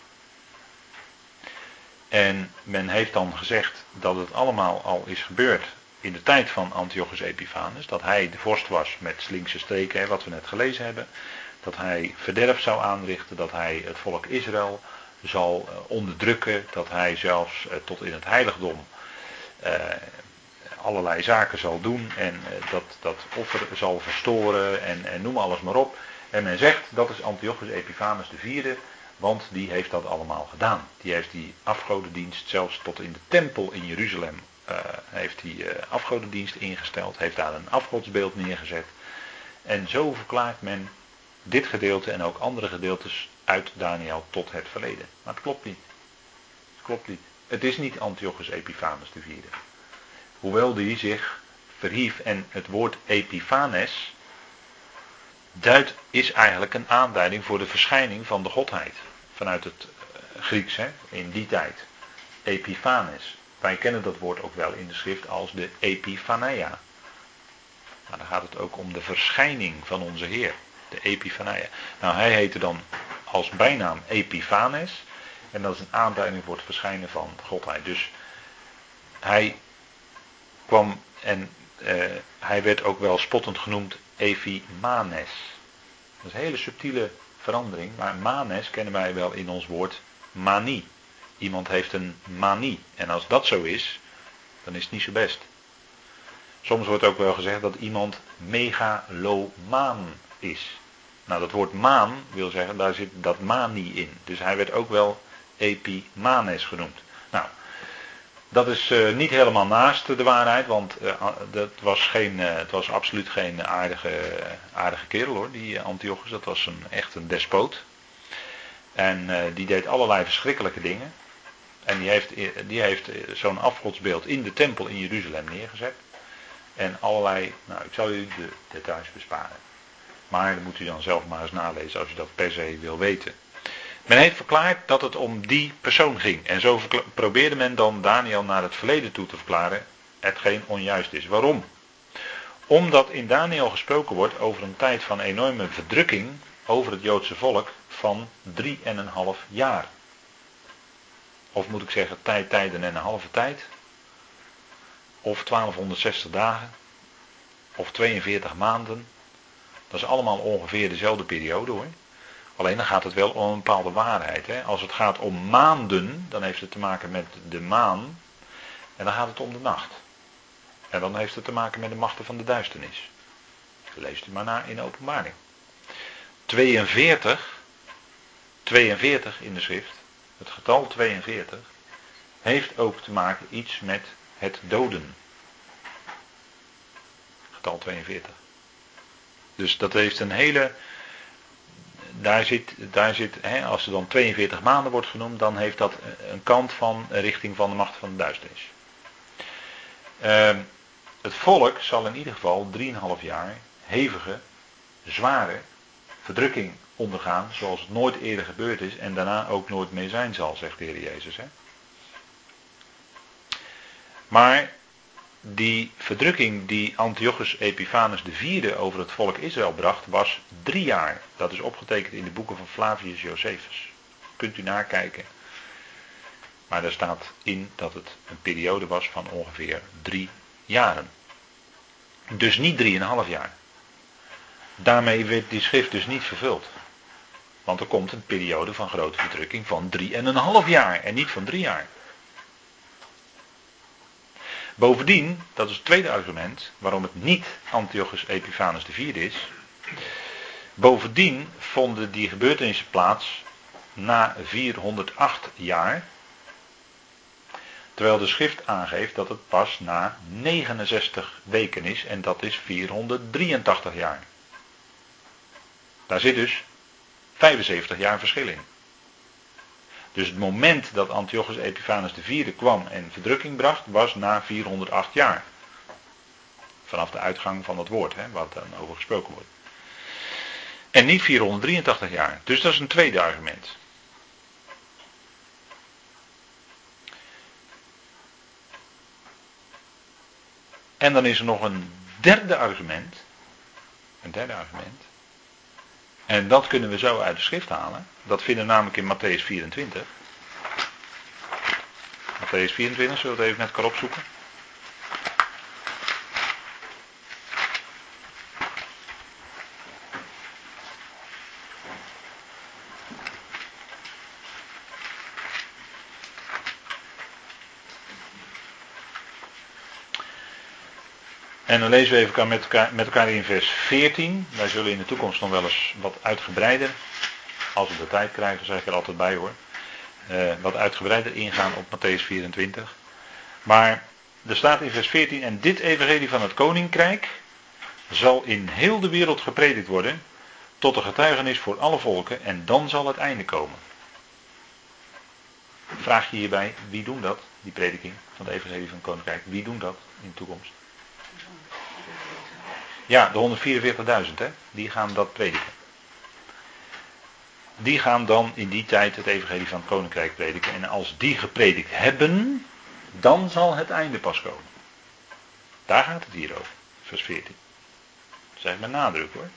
En men heeft dan gezegd dat het allemaal al is gebeurd in de tijd van Antiochus Epiphanes. Dat hij de vorst was met slinkse streken, wat we net gelezen hebben. Dat hij verderf zou aanrichten, dat hij het volk Israël zal onderdrukken. Dat hij zelfs tot in het heiligdom allerlei zaken zal doen. En dat offer zal verstoren en noem alles maar op. En men zegt dat is Antiochus Epiphanes de 4e. Want die heeft dat allemaal gedaan. Die heeft die afgodendienst zelfs tot in de tempel in Jeruzalem heeft die afgodendienst ingesteld. Heeft daar een afgodsbeeld neergezet. En zo verklaart men dit gedeelte en ook andere gedeeltes uit Daniel tot het verleden. Maar het klopt niet. Het klopt niet. Het is niet Antiochus Epiphanes de 4e. Hoewel die zich verhief en het woord Epiphanes is eigenlijk een aanduiding voor de verschijning van de godheid. Vanuit het Grieks, in die tijd. Epiphanes. Wij kennen dat woord ook wel in de schrift als de Epiphaneia. Maar dan gaat het ook om de verschijning van onze Heer. De Epiphaneia. Nou, hij heette dan als bijnaam Epiphanes. En dat is een aanduiding voor het verschijnen van godheid. Dus hij kwam en hij werd ook wel spottend genoemd Ephimanes. Dat is een hele subtiele verandering. Maar manes kennen wij wel in ons woord manie. Iemand heeft een manie. En als dat zo is, dan is het niet zo best. Soms wordt ook wel gezegd dat iemand megalomaan is. Nou, dat woord maan wil zeggen, daar zit dat manie in. Dus hij werd ook wel Epimanes genoemd. Nou, dat is niet helemaal naast de waarheid, want het was absoluut geen aardige kerel hoor, die Antiochus. Dat was echt een despoot. En die deed allerlei verschrikkelijke dingen. En die heeft zo'n afgodsbeeld in de tempel in Jeruzalem neergezet. En allerlei, nou ik zal u de details besparen. Maar dat moet u dan zelf maar eens nalezen als u dat per se wil weten. Men heeft verklaard dat het om die persoon ging. En zo probeerde men dan Daniel naar het verleden toe te verklaren, hetgeen onjuist is. Waarom? Omdat in Daniel gesproken wordt over een tijd van enorme verdrukking over het Joodse volk van 3,5 jaar. Of moet ik zeggen tijden en een halve tijd. Of 1260 dagen. Of 42 maanden. Dat is allemaal ongeveer dezelfde periode hoor. Alleen dan gaat het wel om een bepaalde waarheid. Hè. Als het gaat om maanden, dan heeft het te maken met de maan. En dan gaat het om de nacht. En dan heeft het te maken met de machten van de duisternis. Leest u maar na in de Openbaring. 42 in de schrift, het getal 42, heeft ook te maken iets met het doden. Getal 42. Dus dat heeft een hele... Daar zit als er dan 42 maanden wordt genoemd, dan heeft dat een kant van richting van de macht van de duisternis. Het volk zal in ieder geval 3,5 jaar hevige, zware verdrukking ondergaan, zoals het nooit eerder gebeurd is en daarna ook nooit meer zijn zal, zegt de Heer Jezus. Maar die verdrukking die Antiochus Epiphanes IV over het volk Israël bracht, was 3 jaar. Dat is opgetekend in de boeken van Flavius Josephus. Kunt u nakijken. Maar daar staat in dat het een periode was van ongeveer 3 jaren. Dus niet 3,5 jaar. Daarmee werd die schrift dus niet vervuld. Want er komt een periode van grote verdrukking van 3,5 jaar en niet van 3 jaar. Bovendien, dat is het tweede argument waarom het niet Antiochus Epiphanes IV is. Bovendien vonden die gebeurtenissen plaats na 408 jaar. Terwijl de schrift aangeeft dat het pas na 69 weken is en dat is 483 jaar. Daar zit dus 75 jaar verschil in. Dus het moment dat Antiochus Epiphanes IV kwam en verdrukking bracht, was na 408 jaar. Vanaf de uitgang van het woord, wat dan over gesproken wordt. En niet 483 jaar. Dus dat is een tweede argument. En dan is er nog een derde argument. Een derde argument. En dat kunnen we zo uit de schrift halen. Dat vinden we namelijk in Matthäus 24. Matthäus 24, zullen we het even met elkaar opzoeken. En dan lezen we even met elkaar in vers 14. Wij zullen in de toekomst nog wel eens wat uitgebreider, als we de tijd krijgen, zeg ik er altijd bij hoor, wat uitgebreider ingaan op Matthäus 24. Maar er staat in vers 14, en dit evangelie van het koninkrijk zal in heel de wereld gepredikt worden, tot een getuigenis voor alle volken, en dan zal het einde komen. Vraag je hierbij, wie doen dat, die prediking van het evangelie van het koninkrijk? Wie doen dat in de toekomst? Ja, de 144.000, hè, die gaan dat prediken. Die gaan dan in die tijd het evangelie van het koninkrijk prediken. En als die gepredikt hebben, dan zal het einde pas komen. Daar gaat het hier over, vers 14. Dat zeg ik met nadruk hoor.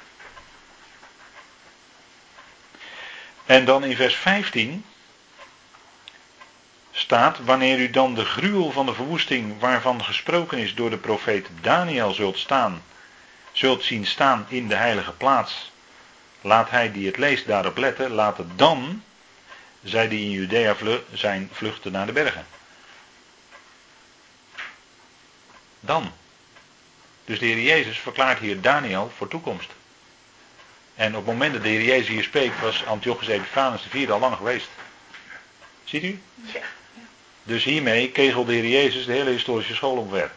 En dan in vers 15 staat, wanneer u dan de gruwel van de verwoesting waarvan gesproken is door de profeet Daniel zult zien staan in de heilige plaats, laat hij die het leest daarop letten, laat het dan, zij die in Judea zijn, vluchten naar de bergen. Dan. Dus de Heer Jezus verklaart hier Daniel voor toekomst. En op het moment dat de Heer Jezus hier spreekt, was Antiochus Epiphanes IV al lang geweest. Ziet u? Ja. Dus hiermee kegelt de Heer Jezus de hele historische school omver.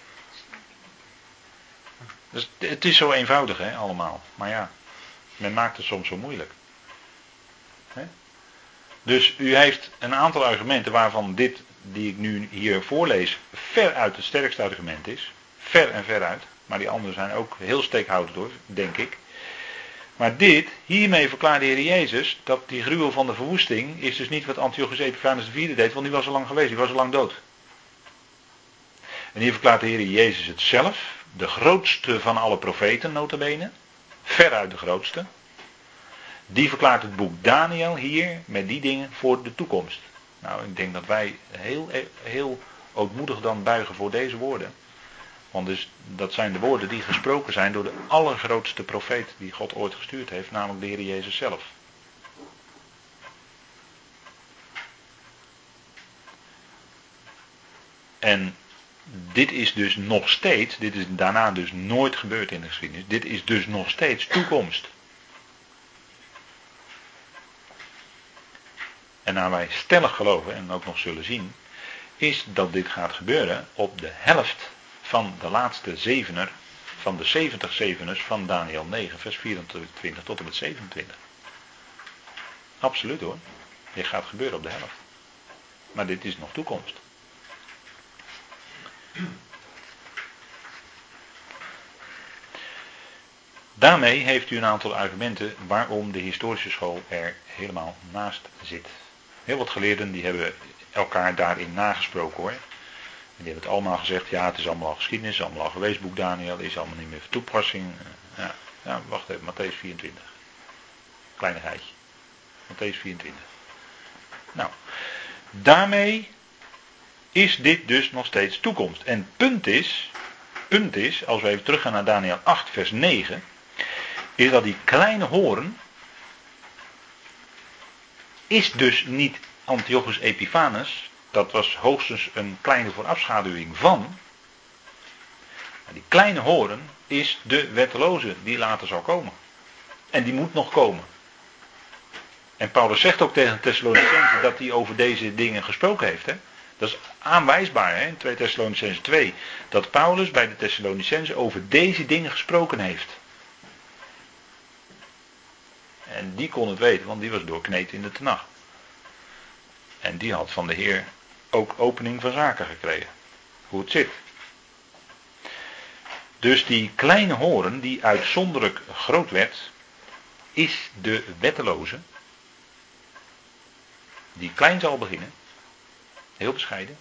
Dus het is zo eenvoudig, hè, allemaal. Maar ja, men maakt het soms zo moeilijk. Hè? Dus u heeft een aantal argumenten waarvan dit, die ik nu hier voorlees, veruit het sterkste argument is. Ver en veruit. Maar die anderen zijn ook heel steekhoudend hoor, denk ik. Maar hiermee verklaart de Heer Jezus dat die gruwel van de verwoesting is dus niet wat Antiochus Epiphanes IV deed, want die was al lang geweest, die was al lang dood. En hier verklaart de Heer Jezus het zelf, de grootste van alle profeten nota bene, veruit de grootste. Die verklaart het boek Daniel hier met die dingen voor de toekomst. Nou, ik denk dat wij heel ootmoedig dan buigen voor deze woorden. Want dus, dat zijn de woorden die gesproken zijn door de allergrootste profeet die God ooit gestuurd heeft, namelijk de Heer Jezus zelf. En dit is dus nog steeds, dit is daarna dus nooit gebeurd in de geschiedenis, dit is dus nog steeds toekomst. En naar wij stellig geloven, en ook nog zullen zien, is dat dit gaat gebeuren op de helft van de laatste zevener, van de 70 zeveners van Daniel 9, vers 24 tot en met 27. Absoluut hoor. Dit gaat gebeuren op de helft. Maar dit is nog toekomst. Daarmee heeft u een aantal argumenten waarom de historische school er helemaal naast zit. Heel wat geleerden die hebben elkaar daarin nagesproken hoor. En die hebben het allemaal gezegd, ja het is allemaal al geschiedenis, het is allemaal al geweest, boek Daniel, is allemaal niet meer van toepassing. Ja, wacht even, Mattheüs 24. Kleinigheidje. Mattheüs 24. Nou, daarmee is dit dus nog steeds toekomst. En punt is, als we even teruggaan naar Daniel 8 vers 9, is dat die kleine hoorn is dus niet Antiochus Epiphanes. Dat was hoogstens een kleine voorafschaduwing van. Maar die kleine hoorn is de wetteloze die later zal komen. En die moet nog komen. En Paulus zegt ook tegen de Thessalonicenzen dat hij over deze dingen gesproken heeft. Hè? Dat is aanwijsbaar hè, in 2 Thessalonicenzen 2. Dat Paulus bij de Thessalonicenzen over deze dingen gesproken heeft. En die kon het weten, want die was doorkneed in de Tenach. En die had van de Heer ook opening van zaken gekregen. Hoe het zit. Dus die kleine hoorn die uitzonderlijk groot werd, is de wetteloze. Die klein zal beginnen. Heel bescheiden.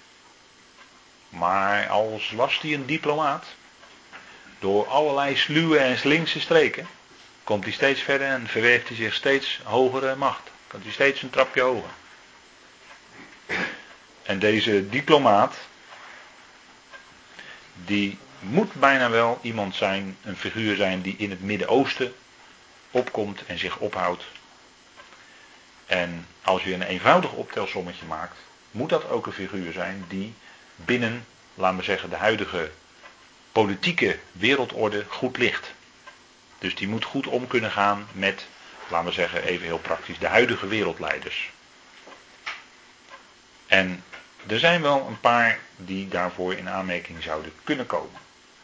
Maar als was hij een diplomaat. Door allerlei sluwe en slinkse streken. Komt hij steeds verder en verwerft hij zich steeds hogere macht. Komt hij steeds een trapje hoger. En deze diplomaat, die moet bijna wel iemand zijn, een figuur zijn die in het Midden-Oosten opkomt en zich ophoudt. En als je een eenvoudig optelsommetje maakt, moet dat ook een figuur zijn die binnen, laten we zeggen, de huidige politieke wereldorde goed ligt. Dus die moet goed om kunnen gaan met, laten we zeggen, even heel praktisch, de huidige wereldleiders. En er zijn wel een paar die daarvoor in aanmerking zouden kunnen komen.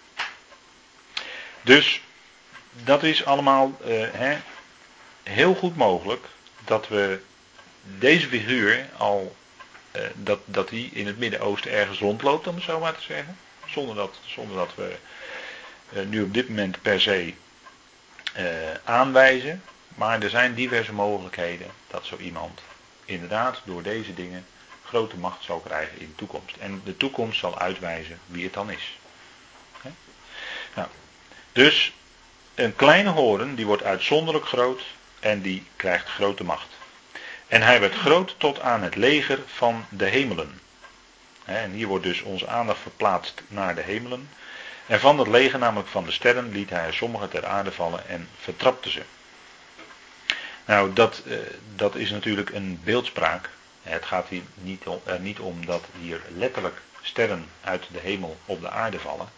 Dus dat is allemaal heel goed mogelijk dat we deze figuur al, dat die in het Midden-Oosten ergens rondloopt, om het zo maar te zeggen. Zonder dat we nu op dit moment per se aanwijzen. Maar er zijn diverse mogelijkheden dat zo iemand inderdaad door deze dingen grote macht zal krijgen in de toekomst. En de toekomst zal uitwijzen wie het dan is. Nou, dus een kleine hoorn die wordt uitzonderlijk groot en die krijgt grote macht. En hij werd groot tot aan het leger van de hemelen. En hier wordt dus onze aandacht verplaatst naar de hemelen. En van dat leger, namelijk van de sterren, liet hij sommigen ter aarde vallen en vertrapte ze. Nou, dat is natuurlijk een beeldspraak. Het gaat hier niet om dat hier letterlijk sterren uit de hemel op de aarde vallen.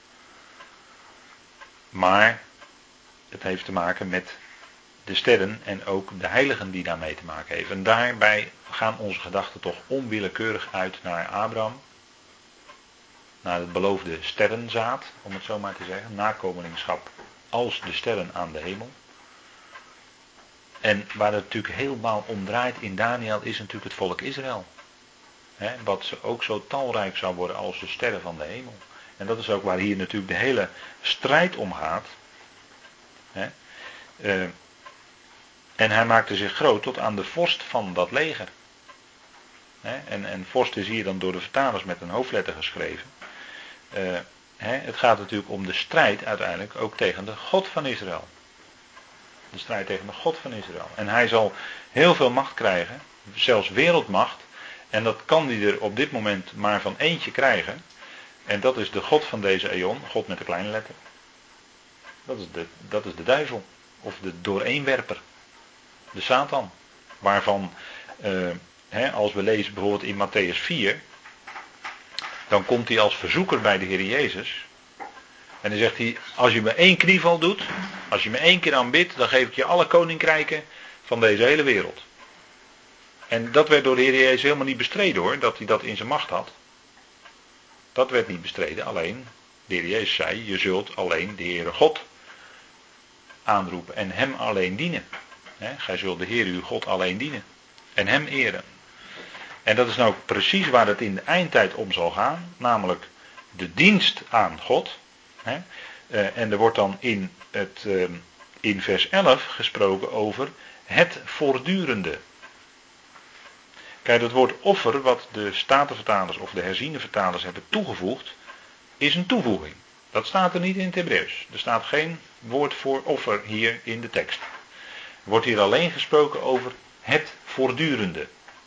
Maar het heeft te maken met de sterren en ook de heiligen die daarmee te maken hebben. En daarbij gaan onze gedachten toch onwillekeurig uit naar Abraham. Naar het beloofde sterrenzaad, om het zo maar te zeggen. Nakomelingschap als de sterren aan de hemel. En waar het natuurlijk helemaal om draait in Daniel is natuurlijk het volk Israël. Wat ook zo talrijk zou worden als de sterren van de hemel. En dat is ook waar hier natuurlijk de hele strijd om gaat. En hij maakte zich groot tot aan de vorst van dat leger. En vorst is hier dan door de vertalers met een hoofdletter geschreven. Het gaat natuurlijk om de strijd uiteindelijk ook tegen de God van Israël. De strijd tegen de God van Israël. En hij zal heel veel macht krijgen, zelfs wereldmacht. En dat kan hij er op dit moment maar van eentje krijgen. En dat is de God van deze eon, God met de kleine letter. Dat is de duivel. Of de dooreenwerper. De Satan. Waarvan, als we lezen bijvoorbeeld in Matthäus 4. Dan komt hij als verzoeker bij de Heer Jezus. En dan zegt hij, als je me 1 knieval doet, als je me 1 keer aanbidt, dan geef ik je alle koninkrijken van deze hele wereld. En dat werd door de Heer Jezus helemaal niet bestreden hoor, dat hij dat in zijn macht had. Dat werd niet bestreden, alleen de Heer Jezus zei, je zult alleen de Heere God aanroepen en hem alleen dienen. Gij zult de Heer uw God alleen dienen en hem eren. En dat is nou precies waar het in de eindtijd om zal gaan, namelijk de dienst aan God. En er wordt dan in vers 11 gesproken over het voortdurende. Kijk, dat woord offer wat de Statenvertalers of de herziene vertalers hebben toegevoegd, is een toevoeging. Dat staat er niet in het Hebreeuws. Er staat geen woord voor offer hier in de tekst. Er wordt hier alleen gesproken over het voortdurende.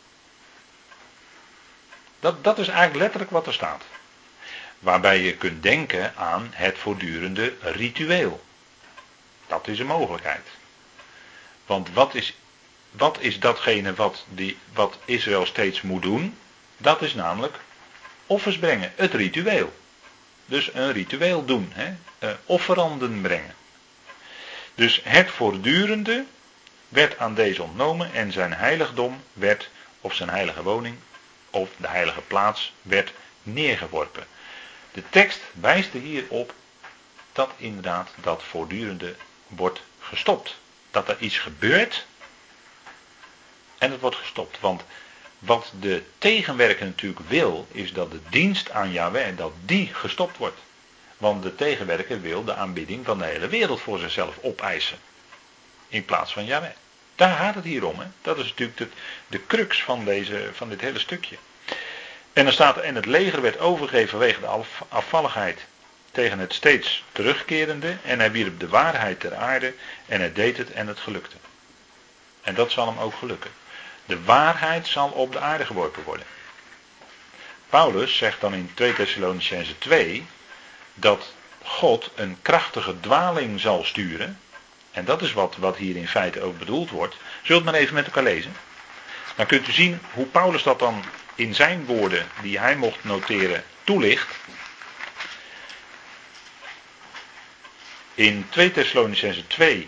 Dat is eigenlijk letterlijk wat er staat. Waarbij je kunt denken aan het voortdurende ritueel. Dat is een mogelijkheid. Want wat is datgene wat Israël steeds moet doen? Dat is namelijk offers brengen. Het ritueel. Dus een ritueel doen. Offeranden brengen. Dus het voortdurende werd aan deze ontnomen en zijn heiligdom werd, of zijn heilige woning, of de heilige plaats werd neergeworpen. De tekst wijst er hier op dat inderdaad dat voortdurende wordt gestopt. Dat er iets gebeurt en het wordt gestopt. Want wat de tegenwerker natuurlijk wil, is dat de dienst aan Yahweh, dat die gestopt wordt. Want de tegenwerker wil de aanbidding van de hele wereld voor zichzelf opeisen. In plaats van Yahweh. Daar gaat het hier om. Dat is natuurlijk de crux van dit hele stukje. En dan staat er, en het leger werd overgegeven vanwege de afvalligheid tegen het steeds terugkerende. En hij wierp de waarheid ter aarde en hij deed het en het gelukte. En dat zal hem ook gelukken. De waarheid zal op de aarde geworpen worden. Paulus zegt dan in 2 Thessalonicenzen 2 dat God een krachtige dwaling zal sturen. En dat is wat hier in feite ook bedoeld wordt. Zult u het maar even met elkaar lezen. Dan kunt u zien hoe Paulus dat dan in zijn woorden die hij mocht noteren toelicht. In 2 Thessalonicenzen 2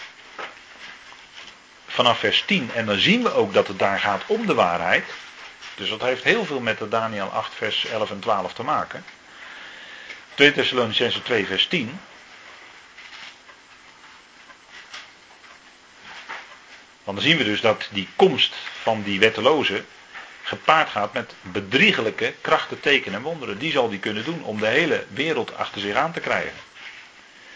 vanaf vers 10 en dan zien we ook dat het daar gaat om de waarheid. Dus dat heeft heel veel met de Daniel 8 vers 11 en 12 te maken. 2 Thessalonicenzen 2 vers 10. Want dan zien we dus dat die komst van die wetteloze gepaard gaat met bedriegelijke krachten, tekenen en wonderen. Die zal die kunnen doen om de hele wereld achter zich aan te krijgen.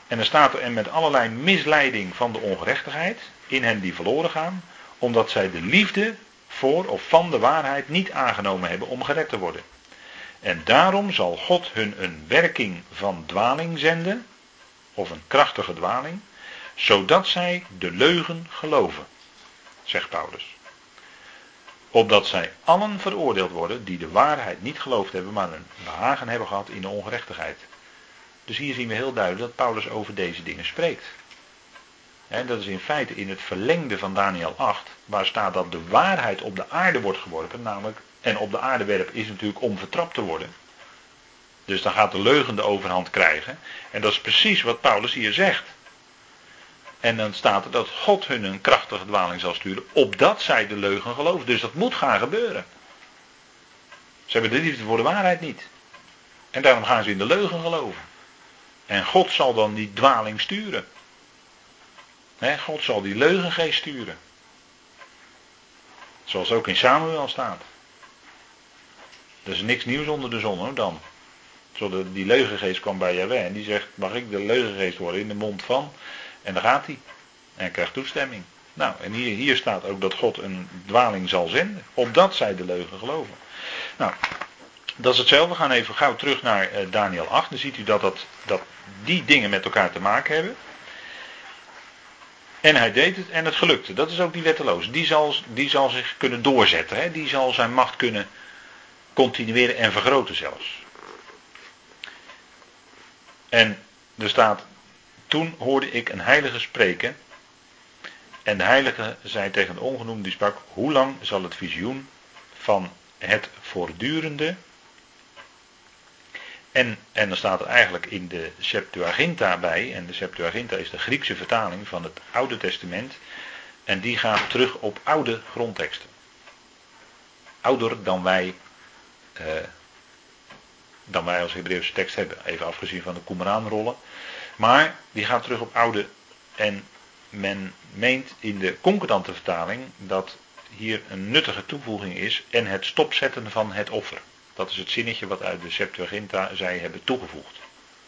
En dan staat er en met allerlei misleiding van de ongerechtigheid in hen die verloren gaan, omdat zij de liefde voor of van de waarheid niet aangenomen hebben om gered te worden. En daarom zal God hun een werking van dwaling zenden, of een krachtige dwaling, zodat zij de leugen geloven, zegt Paulus. Opdat zij allen veroordeeld worden die de waarheid niet geloofd hebben, maar een behagen hebben gehad in de ongerechtigheid. Dus hier zien we heel duidelijk dat Paulus over deze dingen spreekt. En dat is in feite in het verlengde van Daniel 8, waar staat dat de waarheid op de aarde wordt geworpen, namelijk, en op de aarde werpen is natuurlijk om vertrapt te worden. Dus dan gaat de leugen de overhand krijgen. En dat is precies wat Paulus hier zegt. En dan staat er dat God hun een krachtige dwaling zal sturen, opdat zij de leugen geloven. Dus dat moet gaan gebeuren. Ze hebben de liefde voor de waarheid niet. En daarom gaan ze in de leugen geloven. En God zal dan die dwaling sturen. God zal die leugengeest sturen. Zoals ook in Samuel staat. Er is niks nieuws onder de zon hoor dan. Zodat die leugengeest kwam bij Jahweh en die zegt, mag ik de leugengeest worden in de mond van? En dan gaat hij. En hij krijgt toestemming. Nou, en hier staat ook dat God een dwaling zal zenden, opdat zij de leugen geloven. Nou, dat is hetzelfde. We gaan even gauw terug naar Daniel 8. Dan ziet u dat die dingen met elkaar te maken hebben. En hij deed het en het gelukte. Dat is ook die wetteloos. Die zal zich kunnen doorzetten. Hè? Die zal zijn macht kunnen continueren en vergroten zelfs. En er staat, toen hoorde ik een heilige spreken. En de heilige zei tegen de ongenoemde, die sprak, hoe lang zal het visioen van het voortdurende. En dan staat er eigenlijk in de Septuaginta bij. En de Septuaginta is de Griekse vertaling van het Oude Testament. En die gaat terug op oude grondteksten. Ouder dan wij als Hebreeuwse tekst hebben. Even afgezien van de Qumran-rollen. Maar die gaat terug op oude. En men meent in de concordante vertaling dat hier een nuttige toevoeging is. En het stopzetten van het offer. Dat is het zinnetje wat uit de Septuaginta zij hebben toegevoegd.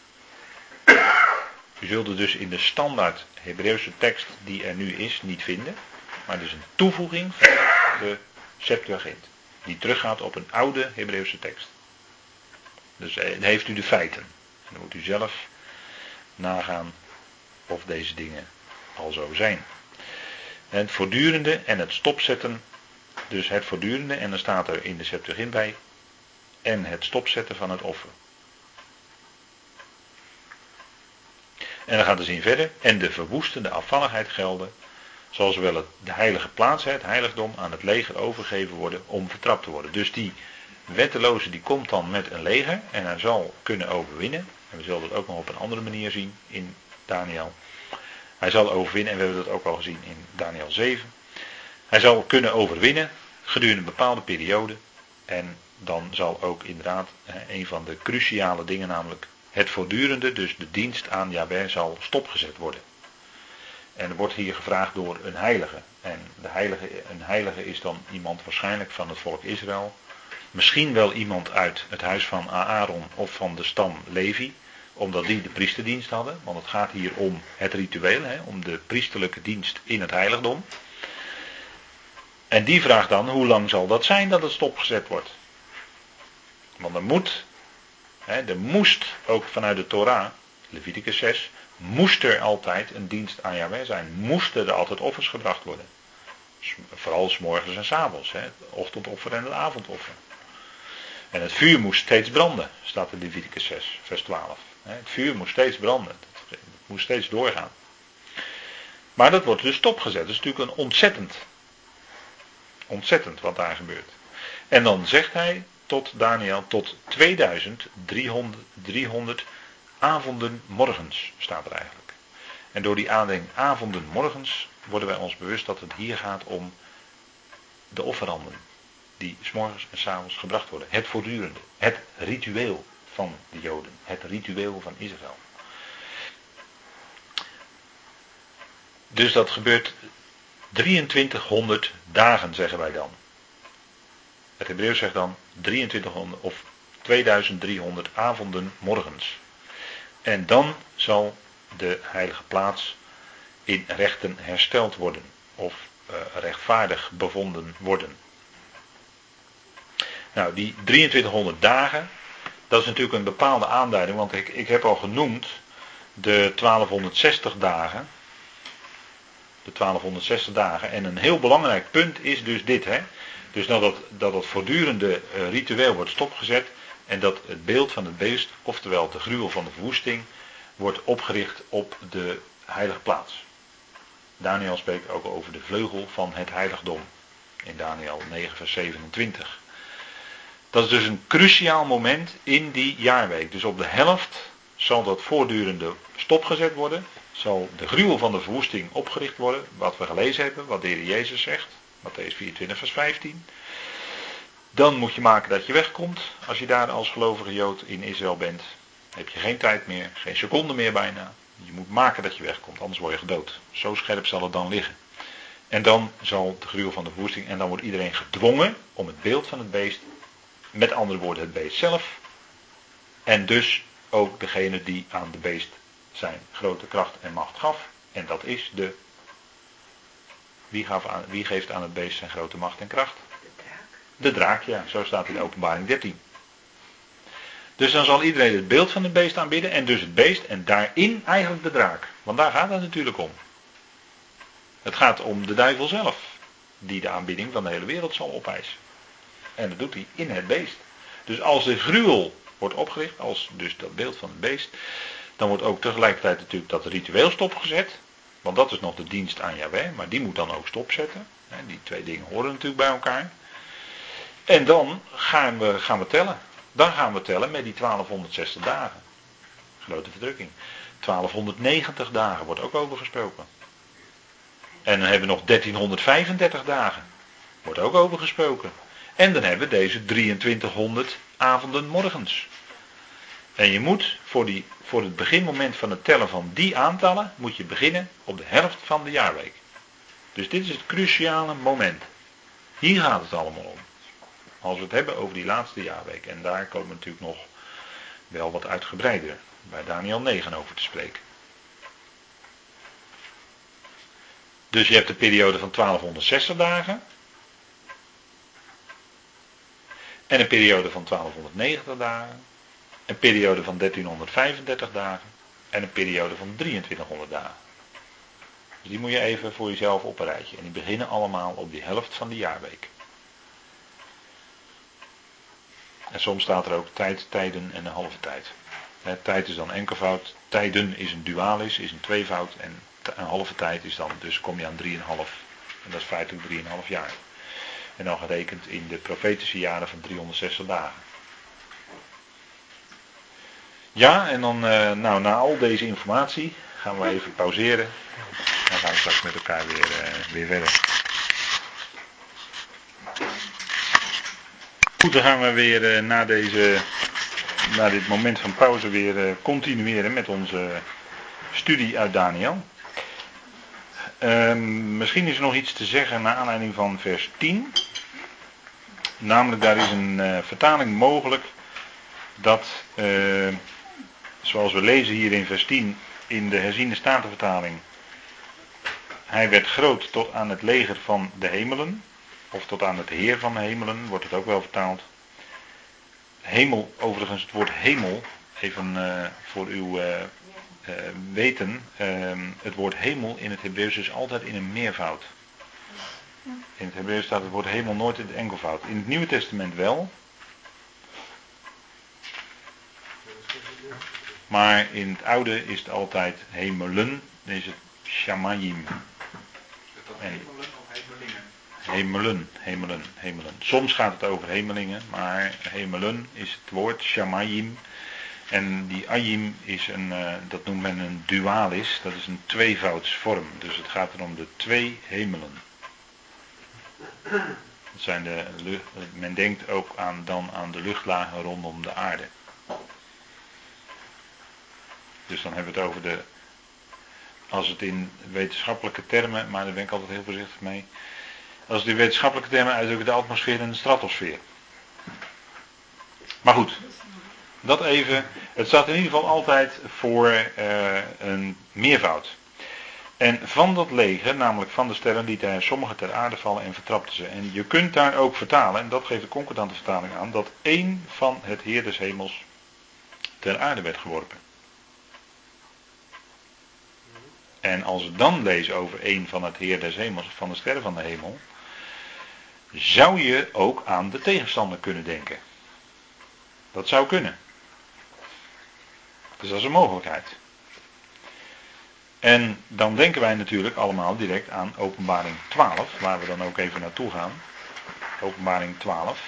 U zult het dus in de standaard Hebreeuwse tekst die er nu is niet vinden. Maar het is een toevoeging van de Septuagint. Die teruggaat op een oude Hebreeuwse tekst. Dus heeft u de feiten. En dan moet u zelf nagaan of deze dingen al zo zijn. Het voortdurende en het stopzetten. Dus het voortdurende en dan staat er in de Septuagint bij. En het stopzetten van het offer. En dan gaat de zin verder. En de verwoestende afvalligheid gelden. Zal zowel de heilige plaats, het heiligdom, aan het leger overgegeven worden om vertrapt te worden. Dus die wetteloze die komt dan met een leger. En hij zal kunnen overwinnen. En we zullen dat ook nog op een andere manier zien in Daniel. Hij zal overwinnen. En we hebben dat ook al gezien in Daniel 7. Hij zal kunnen overwinnen gedurende een bepaalde periode. En dan zal ook inderdaad een van de cruciale dingen, namelijk het voortdurende, dus de dienst aan Jahweh, zal stopgezet worden. En er wordt hier gevraagd door een heilige. En een heilige is dan iemand waarschijnlijk van het volk Israël. Misschien wel iemand uit het huis van Aaron of van de stam Levi. Omdat die de priesterdienst hadden. Want het gaat hier om het ritueel, om de priesterlijke dienst in het heiligdom. En die vraagt dan, hoe lang zal dat zijn dat het stopgezet wordt? Want er moest ook vanuit de Torah, Leviticus 6, moest er altijd een dienst aan Jahweh zijn. Moesten er altijd offers gebracht worden. Vooral 's morgens en 's avonds. Het ochtendoffer en het avondoffer. En het vuur moest steeds branden, staat in Leviticus 6, vers 12. Het vuur moest steeds branden. Het moest steeds doorgaan. Maar dat wordt dus stopgezet. Dat is natuurlijk een ontzettend wat daar gebeurt. En dan zegt hij tot Daniel, tot 2300 avonden morgens, staat er eigenlijk. En door die aandenking avonden morgens worden wij ons bewust dat het hier gaat om de offeranden. Die 's morgens en 's avonds gebracht worden. Het voortdurende. Het ritueel van de Joden. Het ritueel van Israël. Dus dat gebeurt 2300 dagen, zeggen wij dan. Het Hebreeuws zegt dan 2300 of 2300 avonden morgens. En dan zal de heilige plaats in rechten hersteld worden. Of rechtvaardig bevonden worden. Nou, die 2300 dagen, dat is natuurlijk een bepaalde aanduiding, want ik heb al genoemd de 1260 dagen. De 1260 dagen. En een heel belangrijk punt is dus dit. Dus dat het voortdurende ritueel wordt stopgezet. En dat het beeld van het beest, oftewel de gruwel van de verwoesting, wordt opgericht op de heilige plaats. Daniel spreekt ook over de vleugel van het heiligdom. In Daniel 9 vers 27. Dat is dus een cruciaal moment in die jaarweek. Dus op de helft zal dat voortdurende stopgezet worden. Zal de gruwel van de verwoesting opgericht worden. Wat we gelezen hebben, wat de Heer Jezus zegt. Mattheüs 24 vers 15. Dan moet je maken dat je wegkomt. Als je daar als gelovige Jood in Israël bent. Heb je geen tijd meer, geen seconde meer bijna. Je moet maken dat je wegkomt, anders word je gedood. Zo scherp zal het dan liggen. En dan zal de gruwel van de verwoesting. En dan wordt iedereen gedwongen om het beeld van het beest. Met andere woorden het beest zelf. En dus ook degene die aan de beest zijn grote kracht en macht gaf. En dat is de... Wie geeft aan het beest zijn grote macht en kracht? De draak. De draak, ja. Zo staat in Openbaring 13. Dus dan zal iedereen het beeld van het beest aanbidden. En dus het beest en daarin eigenlijk de draak. Want daar gaat het natuurlijk om. Het gaat om de duivel zelf. Die de aanbidding van de hele wereld zal opeisen. En dat doet hij in het beest. Dus als de gruwel wordt opgericht, als dus dat beeld van het beest, dan wordt ook tegelijkertijd natuurlijk dat ritueel stopgezet. Want dat is nog de dienst aan Yahweh, maar die moet dan ook stopzetten. Die twee dingen horen natuurlijk bij elkaar. En dan gaan we tellen. Dan gaan we tellen met die 1260 dagen. Grote verdrukking. 1290 dagen wordt ook over gesproken. En dan hebben we nog 1335 dagen. Wordt ook over gesproken. En dan hebben we deze 2300 avonden morgens. En je moet voor het beginmoment van het tellen van die aantallen, moet je beginnen op de helft van de jaarweek. Dus dit is het cruciale moment. Hier gaat het allemaal om. Als we het hebben over die laatste jaarweek. En daar komen we natuurlijk nog wel wat uitgebreider bij Daniel 9 over te spreken. Dus je hebt de periode van 1260 dagen. En een periode van 1290 dagen. Een periode van 1335 dagen. En een periode van 2300 dagen. Dus die moet je even voor jezelf op een rijtje. En die beginnen allemaal op die helft van de jaarweek. En soms staat er ook tijd, tijden en een halve tijd. Tijd is dan enkelvoud. Tijden is een dualis, is een tweevoud. En een halve tijd is dan, dus kom je aan 3,5. En dat is feitelijk 3,5 jaar. En dan gerekend in de profetische jaren van 360 dagen. Ja, en dan na al deze informatie gaan we even pauzeren. Dan gaan we straks met elkaar weer verder. Goed, dan gaan we weer na dit moment van pauze weer continueren met onze studie uit Daniel. Misschien is er nog iets te zeggen naar aanleiding van vers 10. Namelijk, daar is een vertaling mogelijk dat, zoals we lezen hier in vers 10 in de herziene statenvertaling, hij werd groot tot aan het leger van de hemelen, of tot aan het heer van de hemelen, wordt het ook wel vertaald. Hemel, overigens het woord hemel, even voor uw weten, het woord hemel in het Hebreeuws is altijd in een meervoud. In het Hebreeuws staat het woord hemel nooit in het enkelvoud. In het Nieuwe Testament wel. Maar in het Oude is het altijd hemelen, dan is het shamayim. En hemelen. Soms gaat het over hemelingen, maar hemelen is het woord shamayim. En die ayim is dat noemt men een dualis, dat is een tweevoudsvorm. Dus het gaat er om de twee hemelen. Dat zijn men denkt ook dan aan de luchtlagen rondom de aarde. Dus dan hebben we het over als het in wetenschappelijke termen, maar daar ben ik altijd heel voorzichtig mee. Als het in wetenschappelijke termen uitdrukt, de atmosfeer en de stratosfeer. Maar goed, Dat even. Het staat in ieder geval altijd voor een meervoud. En van dat leger, namelijk van de sterren, liet hij sommigen ter aarde vallen en vertrapte ze. En je kunt daar ook vertalen, en dat geeft de concordante vertaling aan, dat één van het Heer des hemels ter aarde werd geworpen. En als we dan lezen over één van het Heer des hemels, van de sterren van de hemel, zou je ook aan de tegenstander kunnen denken. Dat zou kunnen. Dus dat is een mogelijkheid. En dan denken wij natuurlijk allemaal direct aan Openbaring 12, waar we dan ook even naartoe gaan. Openbaring 12.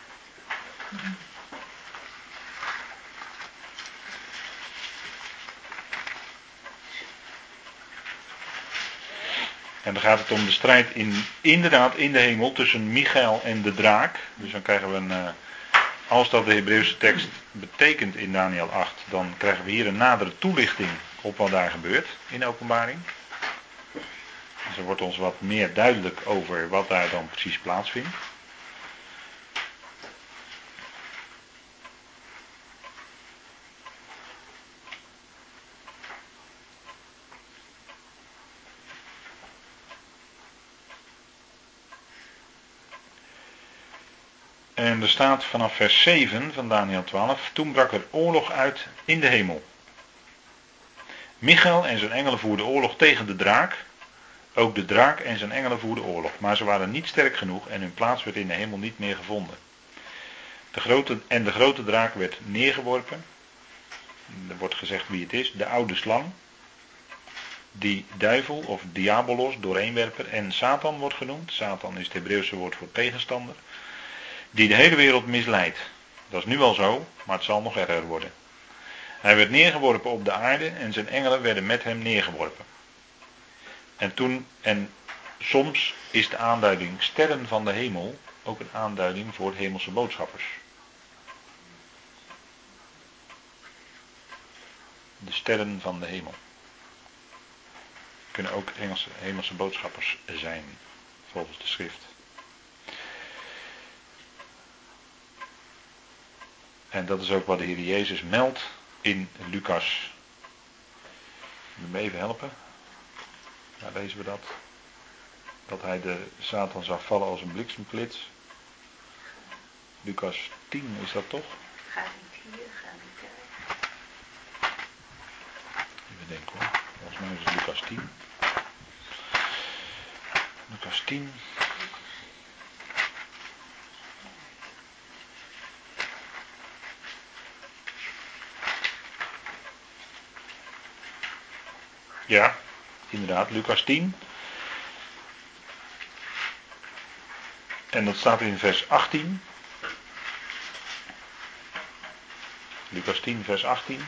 En dan gaat het om de strijd inderdaad in de hemel tussen Michael en de draak. Dus dan krijgen we als dat de Hebreeuwse tekst betekent in Daniel 8, dan krijgen we hier een nadere toelichting op wat daar gebeurt in de openbaring. Dus er wordt ons wat meer duidelijk over wat daar dan precies plaatsvindt. En er staat vanaf vers 7 van Daniel 12, toen brak er oorlog uit in de hemel. Michael en zijn engelen voerden oorlog tegen de draak. Ook de draak en zijn engelen voerden oorlog. Maar ze waren niet sterk genoeg en hun plaats werd in de hemel niet meer gevonden. De grote draak werd neergeworpen. Er wordt gezegd wie het is. De oude slang. Die duivel of diabolos, dooreenwerper. En Satan wordt genoemd. Satan is het Hebreeuwse woord voor tegenstander. Die de hele wereld misleidt. Dat is nu al zo, maar het zal nog erger worden. Hij werd neergeworpen op de aarde en zijn engelen werden met hem neergeworpen. En soms is de aanduiding sterren van de hemel ook een aanduiding voor hemelse boodschappers. De sterren van de hemel. Kunnen ook hemelse boodschappers zijn, volgens de schrift. En dat is ook wat de Heer Jezus meldt in Lucas. Moet me even helpen. Daar lezen we dat. Dat hij de Satan zag vallen als een bliksemflits. Lucas 10 is dat toch? Gaat niet hier, gaat niet daar. Even denken hoor. Volgens mij is het Lucas 10. Lucas 10. Ja, inderdaad, Lucas 10. En dat staat in vers 18. Lucas 10, vers 18.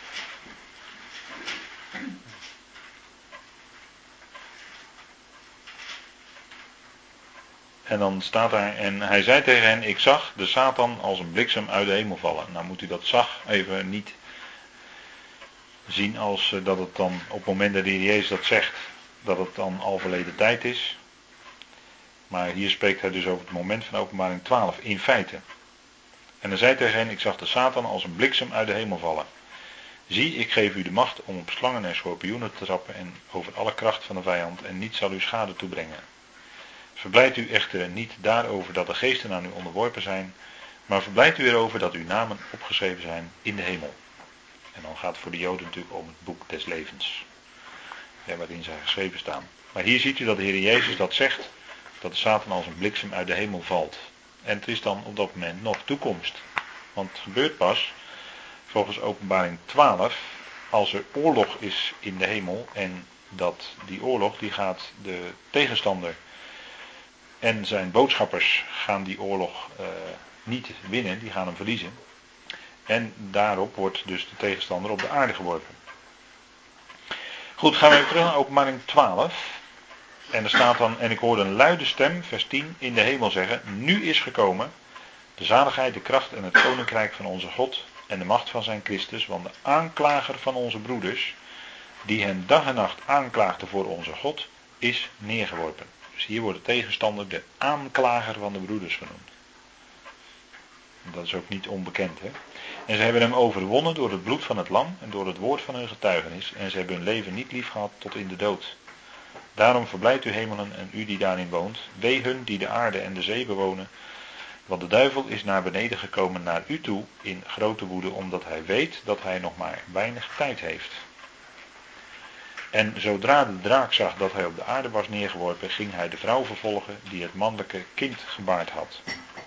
En dan staat daar, en hij zei tegen hen, ik zag de Satan als een bliksem uit de hemel vallen. Nou moet u dat zag even niet zien als dat het dan op het moment dat de Heer Jezus dat zegt, dat het dan al verleden tijd is. Maar hier spreekt hij dus over het moment van Openbaring 12, in feite. En hij zei tegen hen, ik zag de Satan als een bliksem uit de hemel vallen. Zie, ik geef u de macht om op slangen en schorpioenen te trappen en over alle kracht van de vijand en niets zal u schade toebrengen. Verblijd u echter niet daarover dat de geesten aan u onderworpen zijn, maar verblijd u erover dat uw namen opgeschreven zijn in de hemel. En dan gaat het voor de Joden natuurlijk om het boek des levens, waarin zij geschreven staan. Maar hier ziet u dat de Heer Jezus dat zegt, dat de Satan als een bliksem uit de hemel valt. En het is dan op dat moment nog toekomst. Want het gebeurt pas, volgens Openbaring 12, als er oorlog is in de hemel en dat die oorlog, die gaat de tegenstander en zijn boodschappers gaan die oorlog niet winnen, die gaan hem verliezen. En daarop wordt dus de tegenstander op de aarde geworpen. Goed, gaan we even terug naar Openbaring 12. En er staat dan, en ik hoorde een luide stem, vers 10, in de hemel zeggen, nu is gekomen de zaligheid, de kracht en het koninkrijk van onze God en de macht van zijn Christus, want de aanklager van onze broeders, die hen dag en nacht aanklaagde voor onze God, is neergeworpen. Dus hier wordt de tegenstander de aanklager van de broeders genoemd. Dat is ook niet onbekend, hè. En ze hebben hem overwonnen door het bloed van het lam en door het woord van hun getuigenis. En ze hebben hun leven niet lief gehad tot in de dood. Daarom verblijdt u hemelen en u die daarin woont. Wee hun die de aarde en de zee bewonen. Want de duivel is naar beneden gekomen naar u toe in grote woede, omdat hij weet dat hij nog maar weinig tijd heeft. En zodra de draak zag dat hij op de aarde was neergeworpen, ging hij de vrouw vervolgen die het mannelijke kind gebaard had.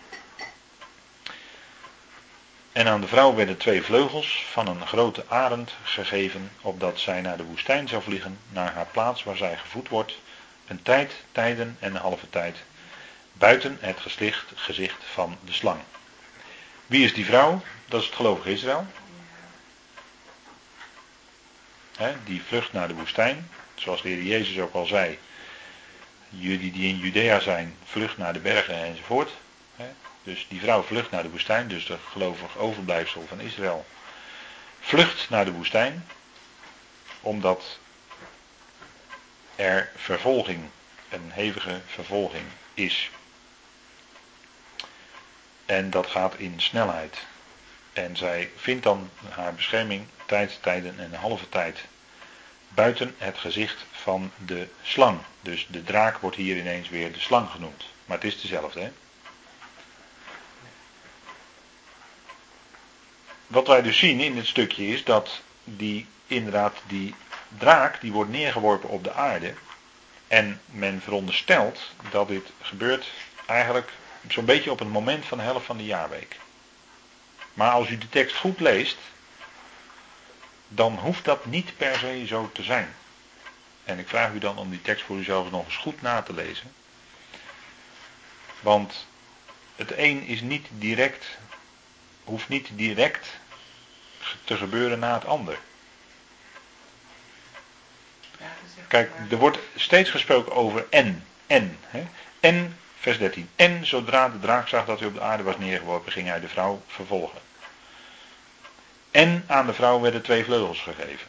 En aan de vrouw werden 2 vleugels van een grote arend gegeven, opdat zij naar de woestijn zou vliegen, naar haar plaats waar zij gevoed wordt, een tijd, tijden en een halve tijd, buiten het gezicht van de slang. Wie is die vrouw? Dat is het gelovige Israël. Die vlucht naar de woestijn, zoals de Heer Jezus ook al zei. Jullie die in Judea zijn, vlucht naar de bergen enzovoort. Dus die vrouw vlucht naar de woestijn, dus de gelovig overblijfsel van Israël vlucht naar de woestijn, omdat er vervolging, een hevige vervolging is. En dat gaat in snelheid. En zij vindt dan haar bescherming, tijd, tijden en een halve tijd, buiten het gezicht van de slang. Dus de draak wordt hier ineens weer de slang genoemd. Maar het is dezelfde, hè? Wat wij dus zien in dit stukje is dat die draak die wordt neergeworpen op de aarde. En men veronderstelt dat dit gebeurt eigenlijk zo'n beetje op het moment van de helft van de jaarweek. Maar als u de tekst goed leest, dan hoeft dat niet per se zo te zijn. En ik vraag u dan om die tekst voor uzelf nog eens goed na te lezen. Want het een is niet direct, hoeft niet direct te gebeuren na het ander. Kijk, er wordt steeds gesproken over en. Hè? En, vers 13. En zodra de draak zag dat hij op de aarde was neergeworpen, ging hij de vrouw vervolgen. En aan de vrouw werden 2 vleugels gegeven.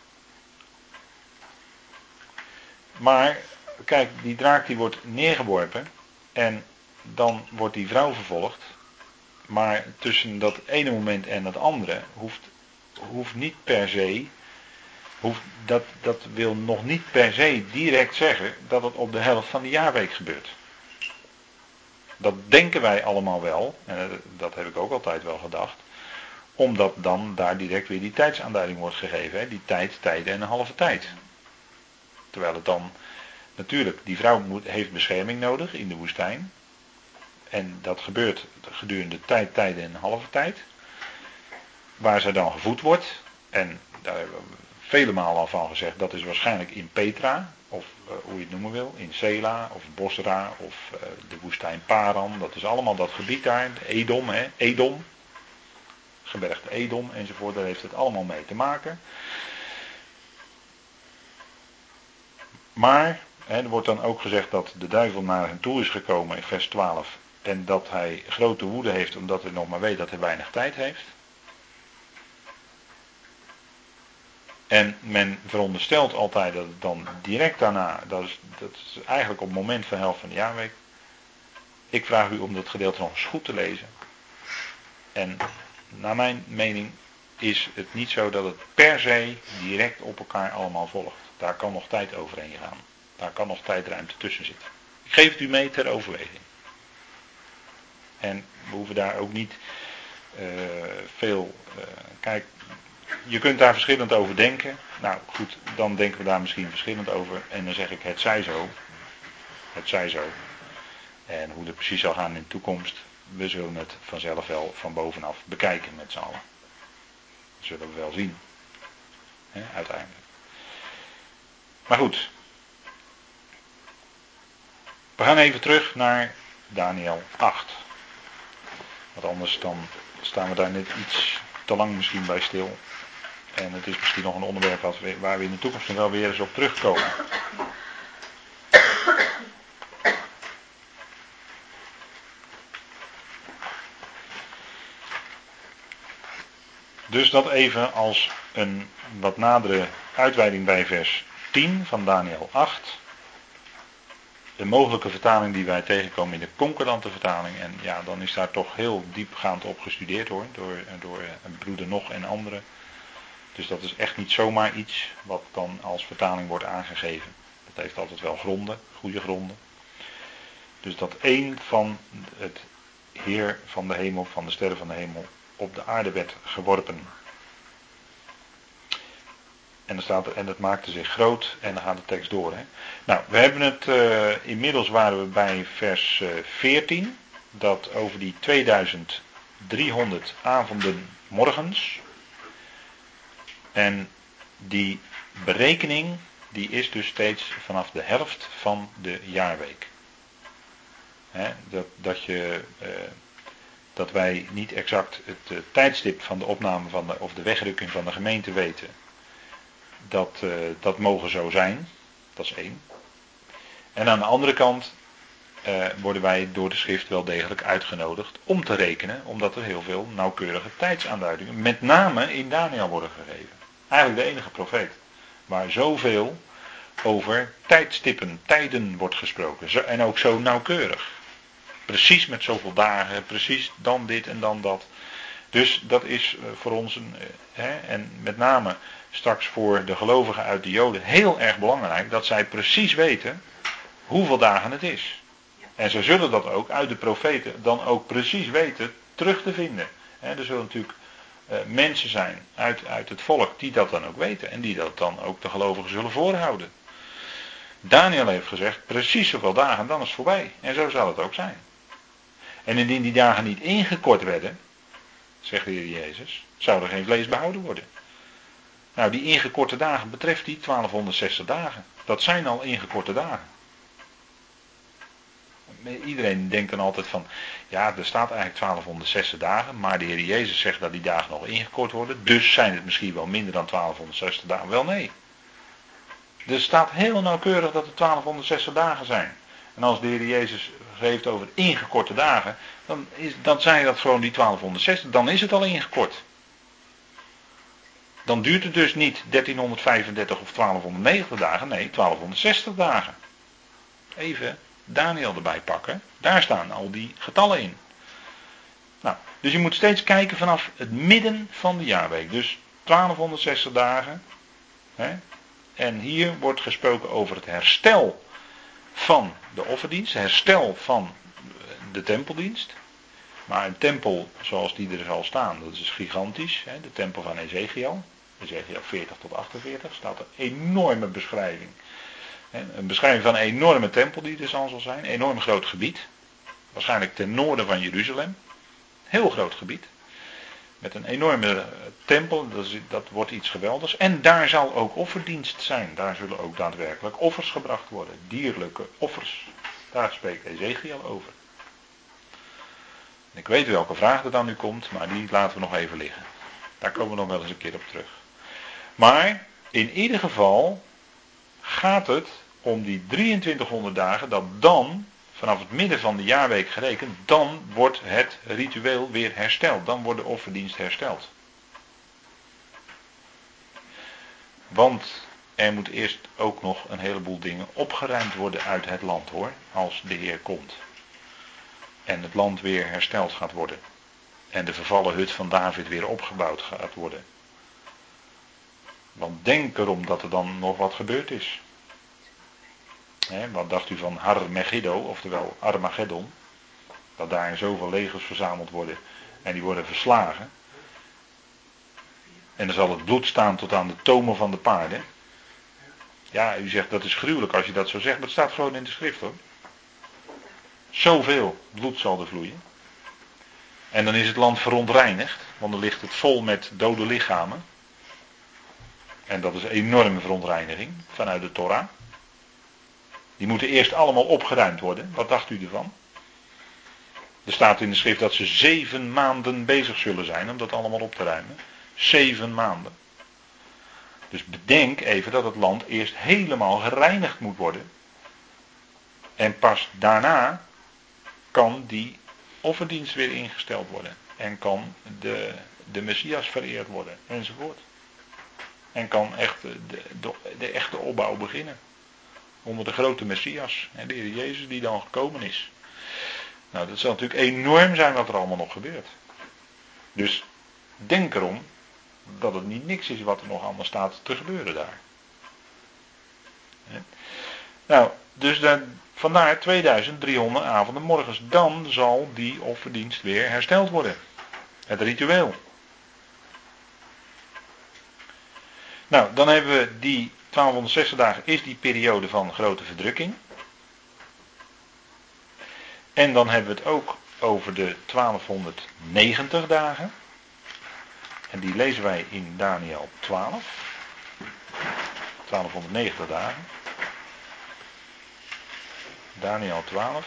Maar, kijk, die draak die wordt neergeworpen en dan wordt die vrouw vervolgd. Maar tussen dat ene moment en het andere hoeft niet per se, dat wil nog niet per se direct zeggen dat het op de helft van de jaarweek gebeurt. Dat denken wij allemaal wel, en dat heb ik ook altijd wel gedacht, omdat dan daar direct weer die tijdsaanduiding wordt gegeven, hè? Die tijd, tijden en een halve tijd. Terwijl het dan, natuurlijk, die vrouw heeft bescherming nodig in de woestijn. En dat gebeurt gedurende tijd, tijden en een halve tijd. Waar zij dan gevoed wordt. En daar hebben we vele malen al van gezegd, dat is waarschijnlijk in Petra. Of hoe je het noemen wil. In Sela of Bosra of de woestijn Paran. Dat is allemaal dat gebied daar. Edom, hè. Edom. Gebergte Edom enzovoort. Daar heeft het allemaal mee te maken. Maar er wordt dan ook gezegd dat de duivel naar hen toe is gekomen in vers 12. En dat hij grote woede heeft omdat hij nog maar weet dat hij weinig tijd heeft. En men veronderstelt altijd dat het dan direct daarna, dat is eigenlijk op het moment van de helft van de jaarweek. Ik vraag u om dat gedeelte nog eens goed te lezen. En naar mijn mening is het niet zo dat het per se direct op elkaar allemaal volgt. Daar kan nog tijd overheen gaan. Daar kan nog tijdruimte tussen zitten. Ik geef het u mee ter overweging. En we hoeven daar ook niet veel... Kijk, je kunt daar verschillend over denken. Nou goed, dan denken we daar misschien verschillend over. En dan zeg ik, het zij zo. Het zij zo. En hoe het precies zal gaan in de toekomst, we zullen het vanzelf wel van bovenaf bekijken met z'n allen. Dat zullen we wel zien. Uiteindelijk. Maar goed. We gaan even terug naar Daniël 8. Want anders dan staan we daar net iets te lang misschien bij stil. En het is misschien nog een onderwerp waar we in de toekomst nog wel weer eens op terugkomen. Dus dat even als een wat nadere uitweiding bij vers 10 van Daniël 8. de mogelijke vertaling die wij tegenkomen in de concordante vertaling. En ja, dan is daar toch heel diepgaand op gestudeerd hoor, door broeder Nog en anderen. Dus dat is echt niet zomaar iets wat dan als vertaling wordt aangegeven. Dat heeft altijd wel gronden, goede gronden. Dus dat één van het Heer van de hemel, van de sterren van de hemel, op de aarde werd geworpen. En dan staat er, en het maakte zich groot, en dan gaat de tekst door. Hè. Nou, we hebben het, inmiddels waren we bij vers 14, dat over die 2300 avonden morgens. En die berekening, die is dus steeds vanaf de helft van de jaarweek. Hè, dat wij niet exact het tijdstip van de opname of de wegrukking van de gemeente weten. Dat mogen zo zijn. Dat is één. En aan de andere kant worden wij door de schrift wel degelijk uitgenodigd om te rekenen. Omdat er heel veel nauwkeurige tijdsaanduidingen, met name in Daniel, worden gegeven. Eigenlijk de enige profeet. Waar zoveel over tijdstippen, tijden wordt gesproken. En ook zo nauwkeurig. Precies met zoveel dagen, precies dan dit en dan dat. Dus dat is voor ons, en met name straks voor de gelovigen uit de Joden, heel erg belangrijk dat zij precies weten hoeveel dagen het is. En ze zullen dat ook uit de profeten dan ook precies weten terug te vinden. Er zullen natuurlijk mensen zijn uit het volk die dat dan ook weten en die dat dan ook de gelovigen zullen voorhouden. Daniel heeft gezegd, precies zoveel dagen, dan is het voorbij. En zo zal het ook zijn. En indien die dagen niet ingekort werden, zegt de Heer Jezus, zou er geen vlees behouden worden. Nou, die ingekorte dagen betreft die 1260 dagen. Dat zijn al ingekorte dagen. Iedereen denkt dan altijd van, ja, er staat eigenlijk 1260 dagen, maar de Heer Jezus zegt dat die dagen nog ingekort worden, dus zijn het misschien wel minder dan 1260 dagen. Wel nee. Er staat heel nauwkeurig dat het 1260 dagen zijn. En als de Heer Jezus heeft over ingekorte dagen, dan zijn dat gewoon die 1260, dan is het al ingekort. Dan duurt het dus niet 1335 of 1290 dagen, nee, 1260 dagen. Even Daniel erbij pakken, daar staan al die getallen in. Nou, dus je moet steeds kijken vanaf het midden van de jaarweek, dus 1260 dagen. Hè? En hier wordt gesproken over het herstel van de offerdienst, herstel van de tempeldienst. Maar een tempel zoals die er zal staan, dat is gigantisch. Hè? De tempel van Ezekiel, Ezekiel 40 tot 48, staat een enorme beschrijving. Hè? Een beschrijving van een enorme tempel die er zal zijn, een enorm groot gebied. Waarschijnlijk ten noorden van Jeruzalem. Heel groot gebied. Met een enorme tempel, dat wordt iets geweldigs. En daar zal ook offerdienst zijn. Daar zullen ook daadwerkelijk offers gebracht worden. Dierlijke offers. Daar spreekt Ezekiel over. Ik weet welke vraag er dan nu komt, maar die laten we nog even liggen. Daar komen we nog wel eens een keer op terug. Maar in ieder geval gaat het om die 2300 dagen, dat dan, vanaf het midden van de jaarweek gerekend, dan wordt het ritueel weer hersteld. Dan wordt de offerdienst hersteld. Want er moet eerst ook nog een heleboel dingen opgeruimd worden uit het land hoor, als de Heer komt. En het land weer hersteld gaat worden. En de vervallen hut van David weer opgebouwd gaat worden. Want denk erom dat er dan nog wat gebeurd is. Wat dacht u van Har Megiddo, oftewel Armageddon? Dat daar zoveel legers verzameld worden en die worden verslagen. En dan zal het bloed staan tot aan de tomen van de paarden. Ja, u zegt dat is gruwelijk als je dat zo zegt, maar het staat gewoon in de schrift hoor. Zoveel bloed zal er vloeien. En dan is het land verontreinigd, want dan ligt het vol met dode lichamen. En dat is een enorme verontreiniging vanuit de Torah. Die moeten eerst allemaal opgeruimd worden. Wat dacht u ervan? Er staat in de schrift dat ze 7 maanden bezig zullen zijn om dat allemaal op te ruimen. 7 maanden. Dus bedenk even dat het land eerst helemaal gereinigd moet worden. En pas daarna kan die offerdienst weer ingesteld worden. En kan de Messias vereerd worden. Enzovoort. En kan echt de echte opbouw beginnen. Onder de grote Messias. En de Heer Jezus die dan gekomen is. Nou, dat zal natuurlijk enorm zijn wat er allemaal nog gebeurt. Dus denk erom dat het niet niks is wat er nog allemaal staat te gebeuren daar. Nou, dus vandaar 2300 avonden morgens. Dan zal die offerdienst weer hersteld worden. Het ritueel. Nou, dan hebben we die 1260 dagen is die periode van grote verdrukking. En dan hebben we het ook over de 1290 dagen. En die lezen wij in Daniël 12. 1290 dagen. Daniël 12.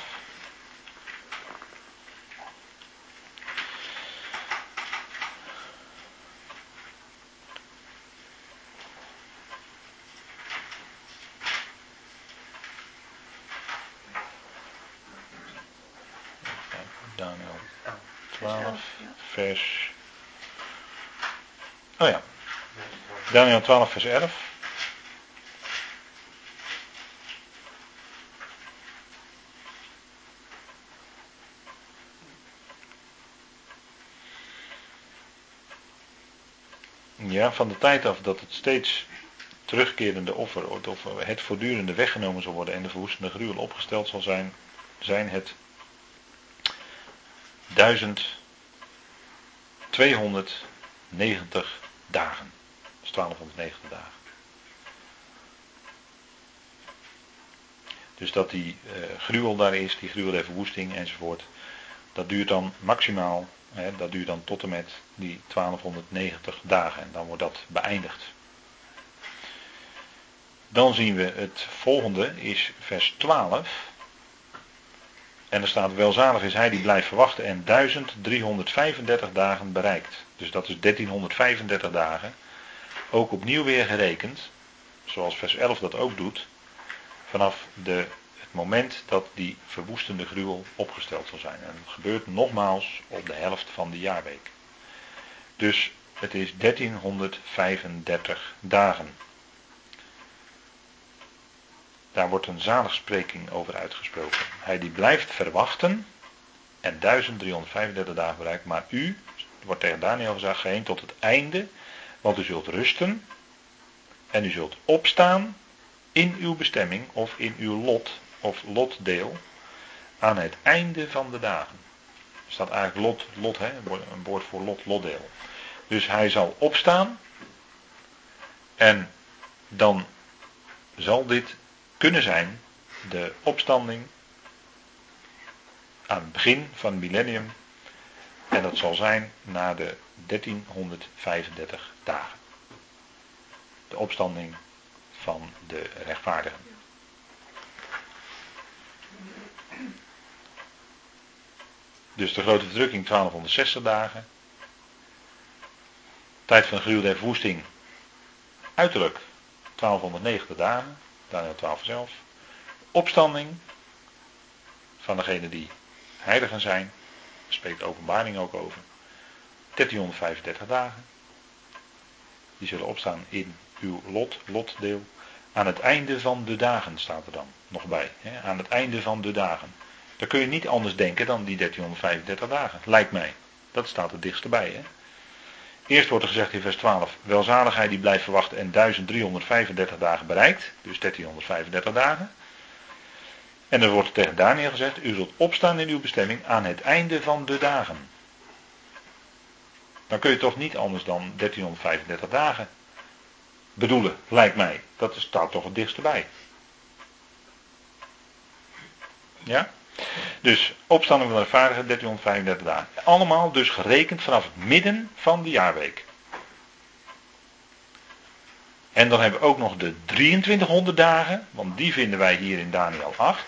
Daniël 12, vers... Oh ja. Daniël 12, vers 11. Ja, van de tijd af dat het steeds terugkerende offer, of het voortdurende weggenomen zal worden en de verwoestende gruwel opgesteld zal zijn, zijn het 1290 dagen. Dat is 1290 dagen. Dus dat die gruwel daar is, die gruwel der verwoesting enzovoort, dat duurt dan maximaal, dat duurt dan tot en met die 1290 dagen en dan wordt dat beëindigd. Dan zien we het volgende is vers 12. En er staat: welzalig is hij die blijft verwachten en 1335 dagen bereikt. Dus dat is 1335 dagen. Ook opnieuw weer gerekend, zoals vers 11 dat ook doet, vanaf het moment dat die verwoestende gruwel opgesteld zal zijn. En dat gebeurt nogmaals op de helft van de jaarweek. Dus het is 1335 dagen. Daar wordt een zaligspreking over uitgesproken. Hij die blijft verwachten en 1335 dagen bereikt. Maar u, wordt tegen Daniël gezegd, ga heen tot het einde. Want u zult rusten en u zult opstaan in uw bestemming of in uw lot of lotdeel aan het einde van de dagen. Er staat eigenlijk lot, een woord voor lotdeel. Dus hij zal opstaan en dan zal dit kunnen zijn de opstanding aan het begin van het millennium. En dat zal zijn na de 1335 dagen. De opstanding van de rechtvaardigen. Dus de grote verdrukking 1260 dagen. Tijd van de gruwel der verwoesting. Uiterlijk 1290 dagen. Daniël 12 zelf. Opstanding van degenen die heiligen zijn. Daar spreekt de openbaring ook over. 1335 dagen. Die zullen opstaan in uw lotdeel. Aan het einde van de dagen staat er dan nog bij. Aan het einde van de dagen. Dan kun je niet anders denken dan die 1335 dagen. Lijkt mij. Dat staat er dichtst bij. Hè? Eerst wordt er gezegd in vers 12. Welzaligheid die blijft verwachten en 1335 dagen bereikt. Dus 1335 dagen. En dan wordt tegen Daniël gezegd. U zult opstaan in uw bestemming aan het einde van de dagen. Dan kun je toch niet anders dan 1335 dagen bedoelen, lijkt mij. Dat staat toch het dichtst bij. Ja? Dus opstanding van de rechtvaardigen 1335 dagen. Allemaal dus gerekend vanaf het midden van de jaarweek. En dan hebben we ook nog de 2300 dagen, want die vinden wij hier in Daniël 8.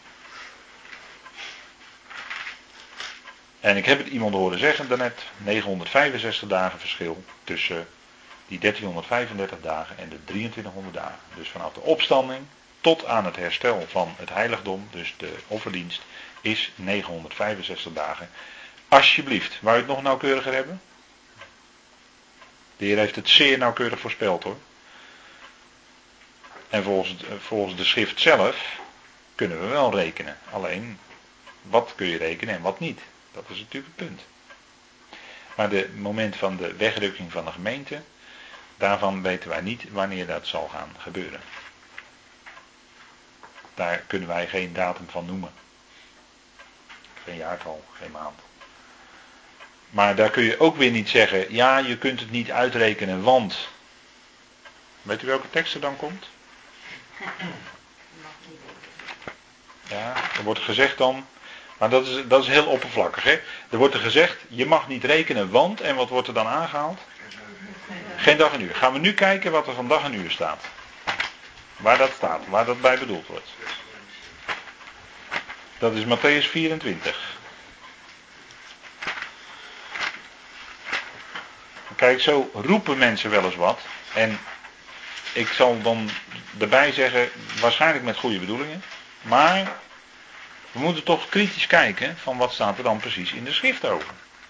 En ik heb het iemand horen zeggen daarnet, 965 dagen verschil tussen die 1335 dagen en de 2300 dagen. Dus vanaf de opstanding tot aan het herstel van het heiligdom, dus de offerdienst, is 965 dagen. Alsjeblieft, wou je het nog nauwkeuriger hebben? De Heer heeft het zeer nauwkeurig voorspeld hoor. En volgens de schrift zelf kunnen we wel rekenen. Alleen, wat kun je rekenen en wat niet? Dat is natuurlijk het punt. Maar het moment van de wegrukking van de gemeente, daarvan weten wij niet wanneer dat zal gaan gebeuren. Daar kunnen wij geen datum van noemen. Geen jaartal, geen maand. Maar daar kun je ook weer niet zeggen, ja, je kunt het niet uitrekenen, want... Weet u welke tekst er dan komt? Ja, er wordt gezegd dan... Maar dat is heel oppervlakkig, hè. Er wordt er gezegd, je mag niet rekenen, want... En wat wordt er dan aangehaald? Geen dag en uur. Gaan we nu kijken wat er van dag en uur staat. Waar dat staat, waar dat bij bedoeld wordt. Dat is Mattheüs 24. Kijk, zo roepen mensen wel eens wat. En ik zal dan erbij zeggen, waarschijnlijk met goede bedoelingen. Maar we moeten toch kritisch kijken van wat staat er dan precies in de schrift over.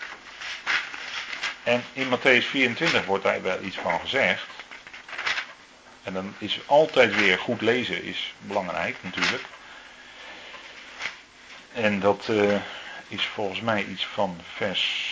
En in Mattheüs 24 wordt daar wel iets van gezegd. En dan is altijd weer goed lezen is belangrijk natuurlijk. En dat is volgens mij iets van vers...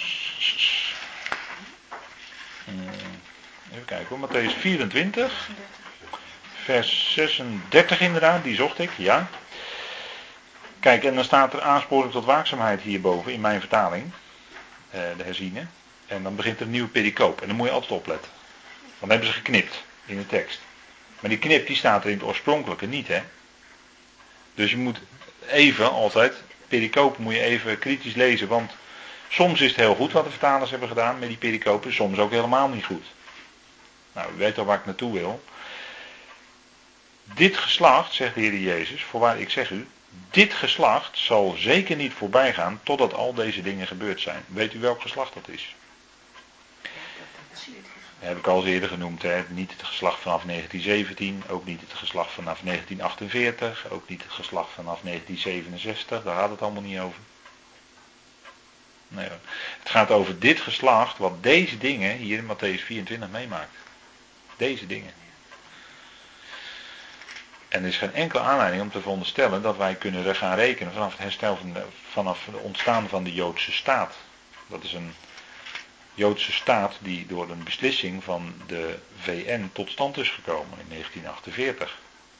Even kijken hoor, Mattheüs 24. Vers 36 inderdaad, die zocht ik, ja. Kijk, en dan staat er aansporing tot waakzaamheid hierboven in mijn vertaling. De herziene. En dan begint er een nieuwe pericoop. En dan moet je altijd opletten. Dan hebben ze geknipt in de tekst. Maar die knip die staat er in het oorspronkelijke niet, hè. Dus je moet even altijd, pericopen moet je even kritisch lezen. Want soms is het heel goed wat de vertalers hebben gedaan met die pericopen. Soms ook helemaal niet goed. Nou, u weet al waar ik naartoe wil. Dit geslacht, zegt de Heer Jezus, voorwaar ik zeg u, dit geslacht zal zeker niet voorbij gaan totdat al deze dingen gebeurd zijn. Weet u welk geslacht dat is? Dat heb ik al eens eerder genoemd. Hè? Niet het geslacht vanaf 1917, ook niet het geslacht vanaf 1948, ook niet het geslacht vanaf 1967, daar gaat het allemaal niet over. Nee, het gaat over dit geslacht wat deze dingen hier in Mattheüs 24 meemaakt. Deze dingen. En er is geen enkele aanleiding om te veronderstellen dat wij kunnen gaan rekenen vanaf het herstel vanaf het ontstaan van de Joodse staat. Dat is een Joodse staat die door een beslissing van de VN tot stand is gekomen in 1948.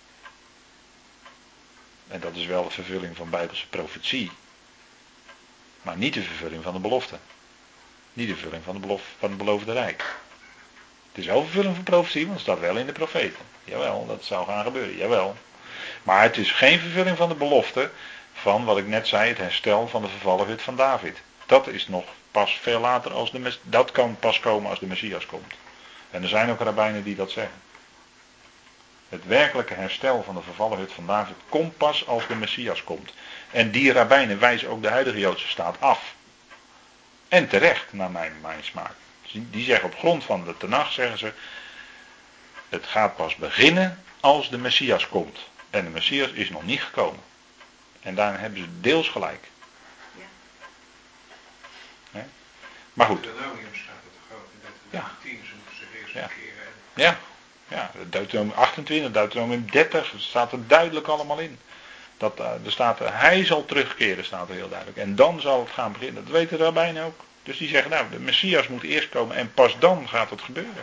En dat is wel de vervulling van Bijbelse profetie. Maar niet de vervulling van de belofte. Niet de vervulling van het beloofde rijk. Het is wel vervulling van profetie, want het staat wel in de profeten. Jawel, dat zou gaan gebeuren, jawel. Maar het is geen vervulling van de belofte van wat ik net zei, het herstel van de vervallen hut van David. Dat is nog pas veel later als dat kan pas komen als de Messias komt. En er zijn ook rabbijnen die dat zeggen. Het werkelijke herstel van de vervallen hut van David komt pas als de Messias komt. En die rabbijnen wijzen ook de huidige Joodse staat af. En terecht, naar mijn smaak. Die zeggen op grond van de Tenach, zeggen ze, het gaat pas beginnen als de Messias komt. En de Messias is nog niet gekomen. En daar hebben ze deels gelijk. Ja. He? Maar goed. In Deuteronomium staat het gewoon in Deuteronomium 10, ze moeten zich eerst bekeren. Ja. Ja, Deuteronomium 28, Deuteronomium 30, dat staat er duidelijk allemaal in. Er staat er, hij zal terugkeren, staat er heel duidelijk. En dan zal het gaan beginnen. Dat weten de rabbijnen ook. Dus die zeggen, nou, de Messias moet eerst komen en pas dan gaat het gebeuren.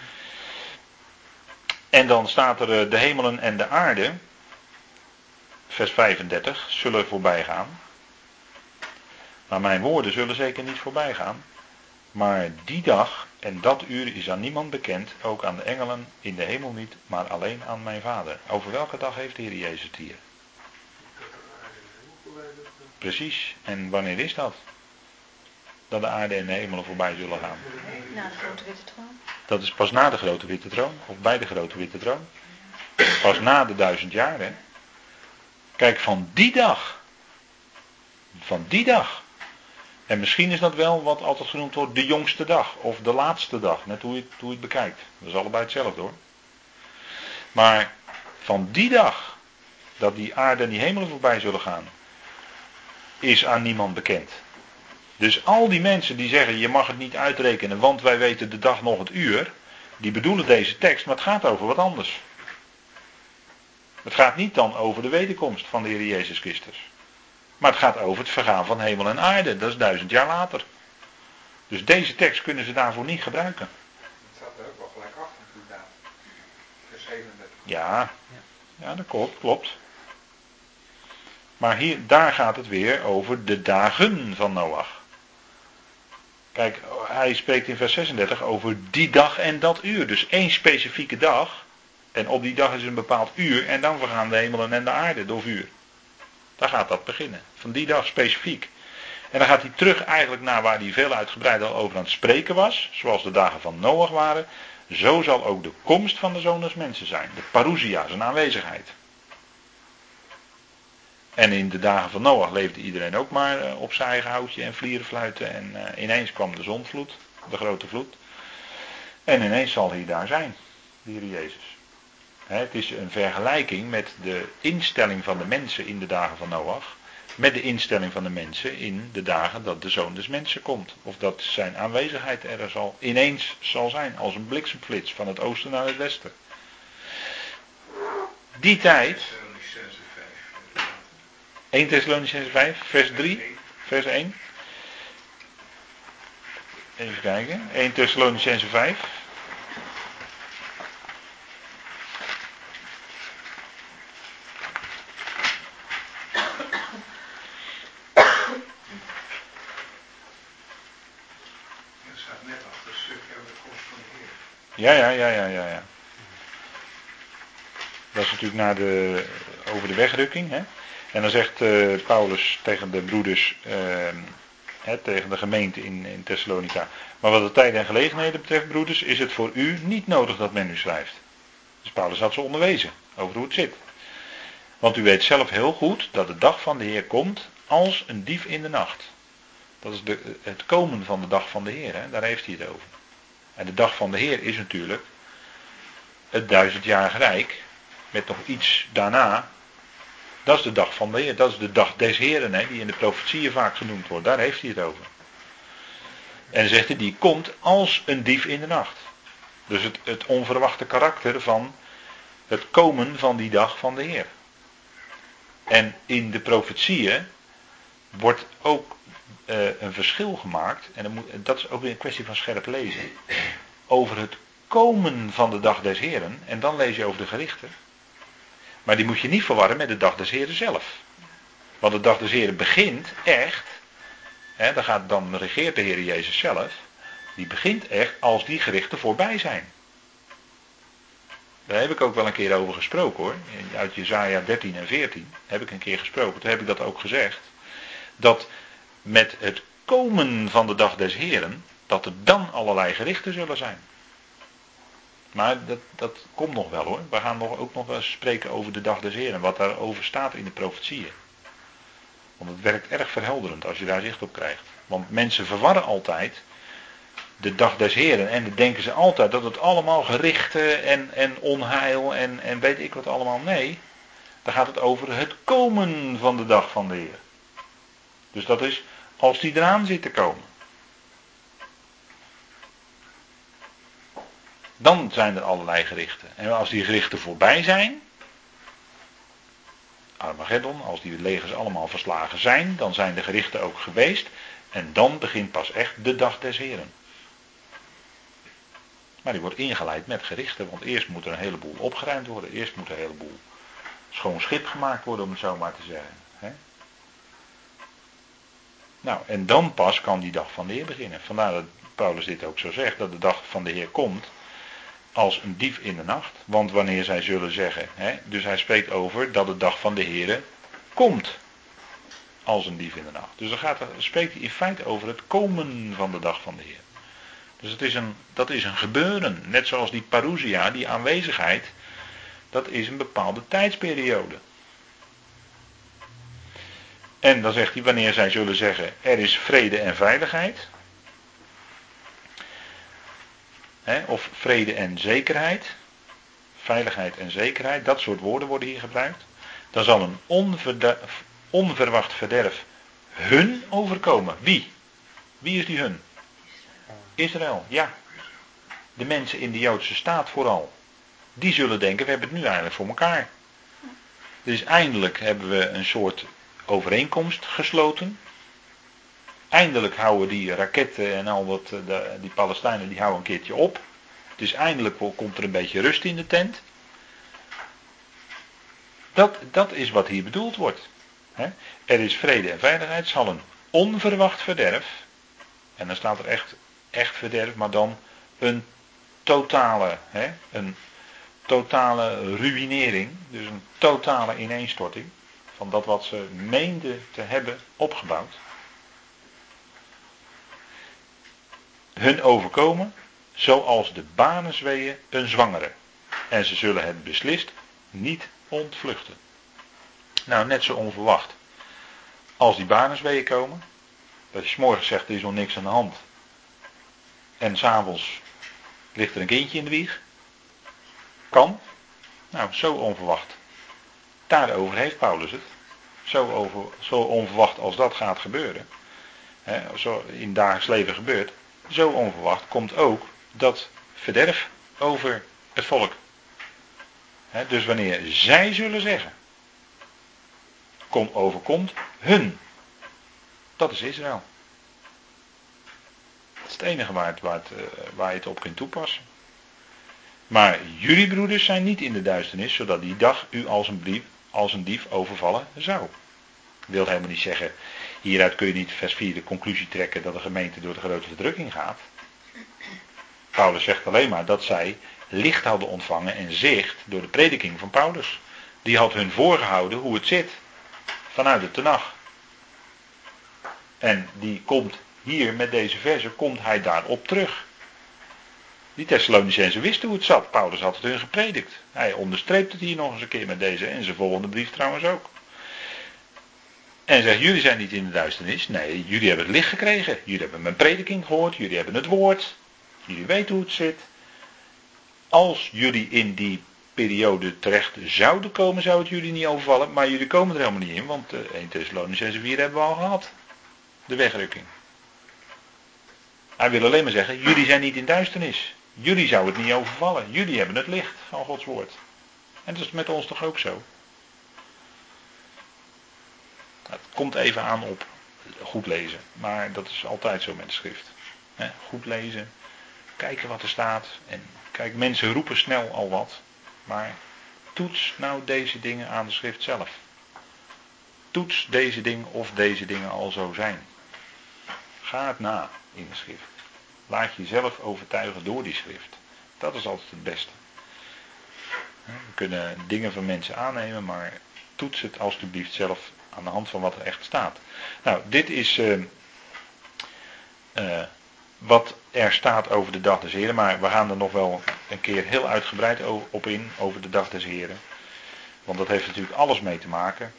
En dan staat er, de hemelen en de aarde, vers 35, zullen voorbij gaan. Maar mijn woorden zullen zeker niet voorbij gaan. Maar die dag en dat uur is aan niemand bekend, ook aan de engelen in de hemel niet, maar alleen aan mijn Vader. Over welke dag heeft de Heer Jezus het hier? Precies. En wanneer is dat? Dat de aarde en de hemelen voorbij zullen gaan. Na de grote witte troon. Dat is pas na de grote witte troon. Of bij de grote witte troon. Pas na de 1000 jaar. Hè? Kijk, van die dag. Van die dag. En misschien is dat wel wat altijd genoemd wordt de jongste dag. Of de laatste dag. Net hoe je het bekijkt. Dat is allebei hetzelfde hoor. Maar van die dag. Dat die aarde en die hemelen voorbij zullen gaan. Is aan niemand bekend. Dus al die mensen die zeggen je mag het niet uitrekenen want wij weten de dag nog het uur. Die bedoelen deze tekst, maar het gaat over wat anders. Het gaat niet dan over de wederkomst van de Heer Jezus Christus. Maar het gaat over het vergaan van hemel en aarde. Dat is 1000 jaar later. Dus deze tekst kunnen ze daarvoor niet gebruiken. Het staat er ook wel gelijk achter, inderdaad. Vers 37. Ja, dat klopt. Maar daar gaat het weer over de dagen van Noach. Kijk, hij spreekt in vers 36 over die dag en dat uur. Dus één specifieke dag. En op die dag is een bepaald uur. En dan vergaan de hemelen en de aarde door vuur. Daar gaat dat beginnen. Van die dag specifiek. En dan gaat hij terug eigenlijk naar waar hij veel uitgebreider over aan het spreken was. Zoals de dagen van Noach waren. Zo zal ook de komst van de Zoon des Mensen zijn. De parousia, zijn aanwezigheid. En in de dagen van Noach leefde iedereen ook maar op zijn eigen houtje en vlierenfluiten. En ineens kwam de zondvloed, de grote vloed. En ineens zal hij daar zijn, de Heer Jezus. Het is een vergelijking met de instelling van de mensen in de dagen van Noach. Met de instelling van de mensen in de dagen dat de Zoon des Mensen komt. Of dat zijn aanwezigheid er ineens zal zijn, als een bliksemflits van het oosten naar het westen. Die tijd... 1 Thessalonicenzen 5, vers 3, vers 1. Even kijken. 1 Thessalonicenzen 5. Dat staat net achter het stukje over de komst van de Heer. Ja. Dat is natuurlijk over de wegrukking. Hè? En dan zegt Paulus tegen de broeders, tegen de gemeente in Thessalonica. Maar wat de tijden en gelegenheden betreft, broeders, is het voor u niet nodig dat men u schrijft. Dus Paulus had ze onderwezen over hoe het zit. Want u weet zelf heel goed dat de dag van de Heer komt als een dief in de nacht. Dat is het komen van de dag van de Heer, hè? Daar heeft hij het over. En de dag van de Heer is natuurlijk het 1000-jarig rijk, met nog iets daarna. Dat is de dag van de Heer, dat is de dag des Heren, hè, die in de profetieën vaak genoemd wordt. Daar heeft hij het over. En zegt hij, die komt als een dief in de nacht. Dus het onverwachte karakter van het komen van die dag van de Heer. En in de profetieën wordt ook een verschil gemaakt, en dat is ook weer een kwestie van scherp lezen, over het komen van de dag des Heren, en dan lees je over de gerichten. Maar die moet je niet verwarren met de dag des Heren zelf. Want de dag des Heren begint echt, dan regeert de Heer Jezus zelf, die begint echt als die gerichten voorbij zijn. Daar heb ik ook wel een keer over gesproken hoor. Uit Jesaja 13 en 14 heb ik een keer gesproken. Toen heb ik dat ook gezegd. Dat met het komen van de dag des Heren, dat er dan allerlei gerichten zullen zijn. Maar dat komt nog wel hoor. We gaan ook nog eens spreken over de dag des Heren. Wat daarover staat in de profetieën. Want het werkt erg verhelderend als je daar zicht op krijgt. Want mensen verwarren altijd de dag des Heren. En dan denken ze altijd dat het allemaal gerichten en onheil en weet ik wat allemaal. Nee, dan gaat het over het komen van de dag van de Heer. Dus dat is als die eraan zit te komen. Dan zijn er allerlei gerichten. En als die gerichten voorbij zijn, Armageddon, als die legers allemaal verslagen zijn, dan zijn de gerichten ook geweest. En dan begint pas echt de dag des Heren. Maar die wordt ingeleid met gerichten, want eerst moet er een heleboel opgeruimd worden. Eerst moet er een heleboel schoon schip gemaakt worden, om het zo maar te zeggen. Hè? Nou, en dan pas kan die dag van de Heer beginnen. Vandaar dat Paulus dit ook zo zegt, dat de dag van de Heer komt als een dief in de nacht. Want wanneer zij zullen zeggen, dus hij spreekt over dat de dag van de Heer komt als een dief in de nacht. Dus dan spreekt hij in feite over het komen van de dag van de Heer. Dus dat is een gebeuren. Net zoals die parousia, die aanwezigheid, dat is een bepaalde tijdsperiode. En dan zegt hij, wanneer zij zullen zeggen, er is vrede en veiligheid. Of vrede en zekerheid. Veiligheid en zekerheid, dat soort woorden worden hier gebruikt. Dan zal een onverwacht verderf hun overkomen. Wie? Wie is die hun? Israël, ja. De mensen in de Joodse staat vooral. Die zullen denken, we hebben het nu eigenlijk voor elkaar. Dus eindelijk hebben we een soort overeenkomst gesloten. Eindelijk houden die raketten en al dat, die Palestijnen, die houden een keertje op. Dus eindelijk komt er een beetje rust in de tent. Dat is wat hier bedoeld wordt. Er is vrede en veiligheid, zal een onverwacht verderf. En dan staat er echt verderf, maar dan een totale ruïnering. Dus een totale ineenstorting van dat wat ze meenden te hebben opgebouwd. Hun overkomen, zoals de banenzweeën een zwangere. En ze zullen het beslist niet ontvluchten. Nou, net zo onverwacht. Als die banenzweeën komen, dat je 's morgens zegt er is nog niks aan de hand. En 's avonds ligt er een kindje in de wieg. Kan. Nou, zo onverwacht. Daarover heeft Paulus het. Zo onverwacht als dat gaat gebeuren. Zo in het dagelijks leven gebeurt. Zo onverwacht komt ook dat verderf over het volk. Dus wanneer zij zullen zeggen, overkomt hun. Dat is Israël. Dat is het enige waar je het op kunt toepassen. Maar jullie broeders zijn niet in de duisternis, zodat die dag u als een dief overvallen zou. Dat wil helemaal niet zeggen, hieruit kun je niet vers 4 de conclusie trekken dat de gemeente door de grote verdrukking gaat. Paulus zegt alleen maar dat zij licht hadden ontvangen en zicht door de prediking van Paulus. Die had hun voorgehouden hoe het zit. Vanuit de Tenach. En die komt hier met deze verse, komt hij daarop terug. Die Thessalonicenzen wisten hoe het zat. Paulus had het hun gepredikt. Hij onderstreept het hier nog eens een keer met deze en zijn volgende brief trouwens ook. En zegt, jullie zijn niet in de duisternis. Nee, jullie hebben het licht gekregen. Jullie hebben mijn prediking gehoord. Jullie hebben het woord. Jullie weten hoe het zit. Als jullie in die periode terecht zouden komen, zou het jullie niet overvallen. Maar jullie komen er helemaal niet in, want 1 Thessalonicenzen 4 hebben we al gehad. De wegrukking. Hij wil alleen maar zeggen, jullie zijn niet in duisternis. Jullie zouden het niet overvallen. Jullie hebben het licht van Gods woord. En dat is met ons toch ook zo. Het komt even aan op goed lezen. Maar dat is altijd zo met de schrift. Goed lezen. Kijken wat er staat. En kijk, mensen roepen snel al wat. Maar toets nou deze dingen aan de schrift zelf. Toets deze dingen of deze dingen al zo zijn. Ga het na in de schrift. Laat jezelf overtuigen door die schrift. Dat is altijd het beste. We kunnen dingen van mensen aannemen, maar toets het alsjeblieft zelf aan de hand van wat er echt staat. Nou, dit is wat er staat over de dag des Heren, maar we gaan er nog wel een keer heel uitgebreid op in, over de dag des Heren. Want dat heeft natuurlijk alles mee te maken.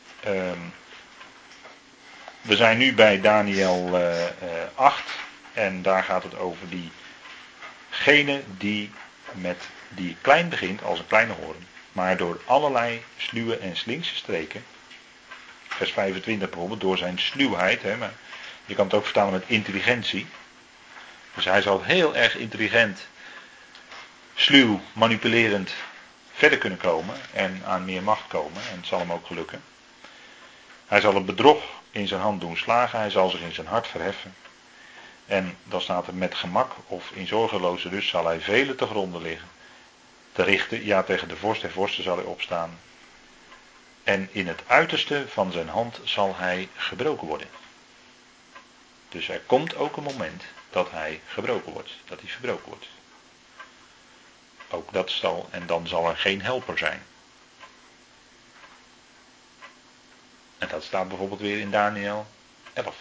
We zijn nu bij Daniel 8 en daar gaat het over diegene die klein begint als een kleine hoorn, maar door allerlei sluwe en slinkse streken, vers 25 bijvoorbeeld, door zijn sluwheid, maar je kan het ook vertalen met intelligentie. Dus hij zal heel erg intelligent, sluw, manipulerend verder kunnen komen en aan meer macht komen en het zal hem ook gelukken. Hij zal het bedrog in zijn hand doen slagen, hij zal zich in zijn hart verheffen. En dan staat er met gemak of in zorgeloze rust zal hij velen te gronden liggen. Te richten, ja tegen de vorst der vorsten zal hij opstaan. En in het uiterste van zijn hand zal hij gebroken worden. Dus er komt ook een moment dat hij gebroken wordt, dat hij verbroken wordt. Ook dat zal, en dan zal er geen helper zijn. En dat staat bijvoorbeeld weer in Daniel 11.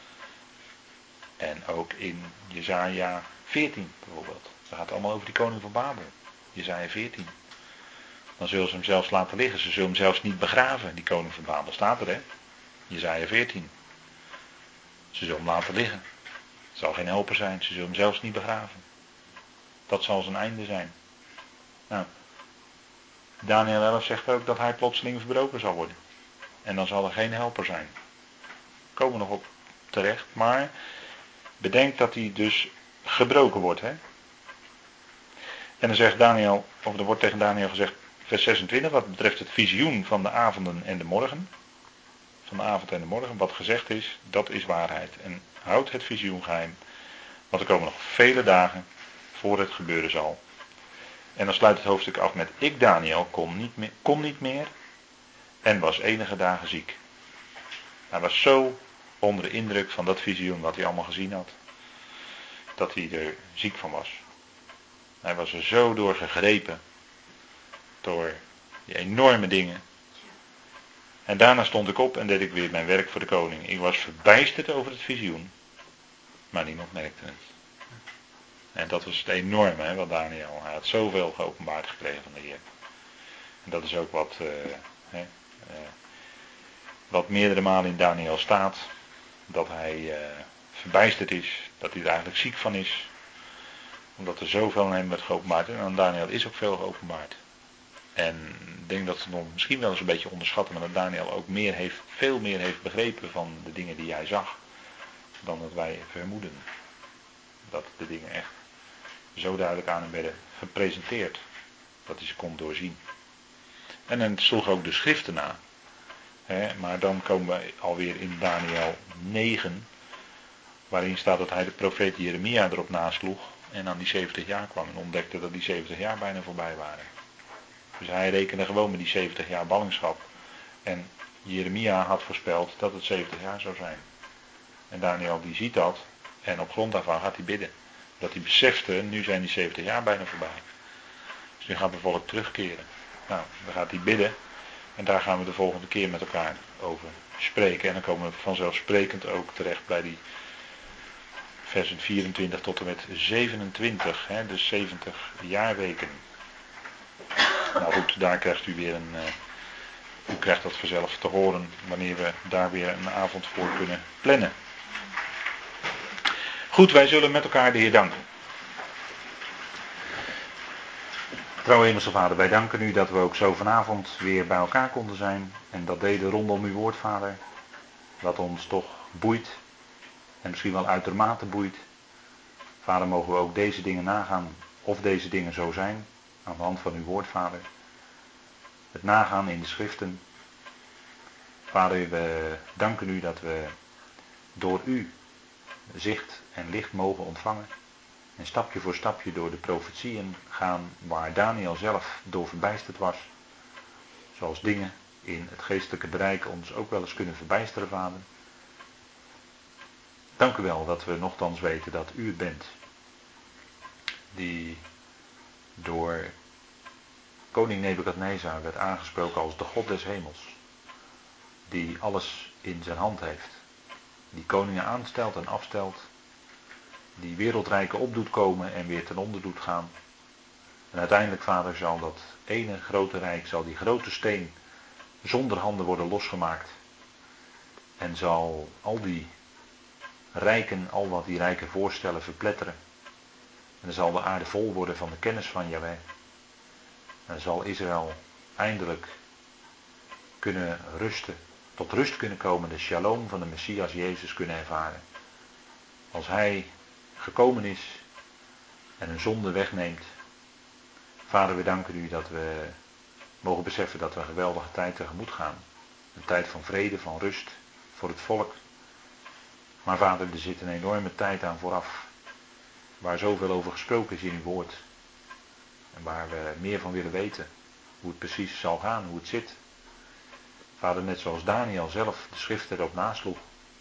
En ook in Jesaja 14 bijvoorbeeld. Dat gaat allemaal over die koning van Babel. Jesaja 14. Dan zullen ze hem zelfs laten liggen. Ze zullen hem zelfs niet begraven, die koning van Babel. Staat er, hè? Jesaja 14. Ze zullen hem laten liggen. Het zal geen helper zijn. Ze zullen hem zelfs niet begraven. Dat zal zijn einde zijn. Nou, Daniel 11 zegt ook dat hij plotseling verbroken zal worden. En dan zal er geen helper zijn. Komen we nog op terecht. Maar bedenk dat hij dus gebroken wordt. Hè? En dan zegt Daniel, of er wordt tegen Daniel gezegd, vers 26, wat betreft het visioen van de avonden en de morgen. Van de avond en de morgen, wat gezegd is, dat is waarheid. En houd het visioen geheim, want er komen nog vele dagen voor het gebeuren zal. En dan sluit het hoofdstuk af met: ik, Daniel, kon niet meer en was enige dagen ziek. Hij was zo onder de indruk van dat visioen wat hij allemaal gezien had, dat hij er ziek van was. Hij was er zo door gegrepen, door die enorme dingen. En daarna stond ik op en deed ik weer mijn werk voor de koning. Ik was verbijsterd over het visioen, maar niemand merkte het. En dat was het enorme, hè, wat Daniel, hij had zoveel geopenbaard gekregen van de Heer. En dat is ook wat meerdere malen in Daniel staat, dat hij verbijsterd is, dat hij er eigenlijk ziek van is, omdat er zoveel aan hem werd geopenbaard. En aan Daniel is ook veel geopenbaard. En ik denk dat ze nog misschien wel eens een beetje onderschatten, maar dat Daniel ook veel meer heeft begrepen van de dingen die hij zag, dan dat wij vermoeden. Dat de dingen echt zo duidelijk aan hem werden gepresenteerd, dat hij ze kon doorzien. En het sloeg ook de schriften na. Maar dan komen we alweer in Daniel 9, waarin staat dat hij de profeet Jeremia erop nasloeg en aan die 70 jaar kwam en ontdekte dat die 70 jaar bijna voorbij waren. Dus hij rekende gewoon met die 70 jaar ballingschap. En Jeremia had voorspeld dat het 70 jaar zou zijn. En Daniel die ziet dat en op grond daarvan gaat hij bidden. Dat hij besefte, nu zijn die 70 jaar bijna voorbij. Dus nu gaat het volk terugkeren. Nou, dan gaat hij bidden. En daar gaan we de volgende keer met elkaar over spreken. En dan komen we vanzelfsprekend ook terecht bij die versen 24 tot en met 27. De 70 jaarweken. Nou goed, daar krijgt u weer u krijgt dat vanzelf te horen wanneer we daar weer een avond voor kunnen plannen. Goed, wij zullen met elkaar de Heer danken. Trouw Hemelse Vader, wij danken u dat we ook zo vanavond weer bij elkaar konden zijn. En dat deden rondom uw woord, Vader. Wat ons toch boeit. En misschien wel uitermate boeit. Vader, mogen we ook deze dingen nagaan. Of deze dingen zo zijn. Aan de hand van uw woord, Vader. Het nagaan in de schriften. Vader, we danken u dat we door u zicht en licht mogen ontvangen. En stapje voor stapje door de profetieën gaan waar Daniel zelf door verbijsterd was. Zoals dingen in het geestelijke bereik ons ook wel eens kunnen verbijsteren, Vader. Dank u wel dat we nochtans weten dat u het bent. Die door koning Nebukadnezar werd aangesproken als de God des hemels. Die alles in zijn hand heeft. Die koningen aanstelt en afstelt. Die wereldrijken op doet komen en weer ten onder doet gaan. En uiteindelijk, Vader, zal dat ene grote rijk, zal die grote steen zonder handen worden losgemaakt. En zal al die rijken, al wat die rijken voorstellen, verpletteren. En dan zal de aarde vol worden van de kennis van Jahweh. En dan zal Israël eindelijk kunnen rusten, tot rust kunnen komen, de shalom van de Messias Jezus kunnen ervaren. Als hij gekomen is en een zonde wegneemt. Vader, we danken u dat we mogen beseffen dat we een geweldige tijd tegemoet gaan. Een tijd van vrede, van rust voor het volk. Maar Vader, er zit een enorme tijd aan vooraf. Waar zoveel over gesproken is in uw woord. En waar we meer van willen weten. Hoe het precies zal gaan, hoe het zit. Vader, net zoals Daniel zelf de schrift erop nasloeg.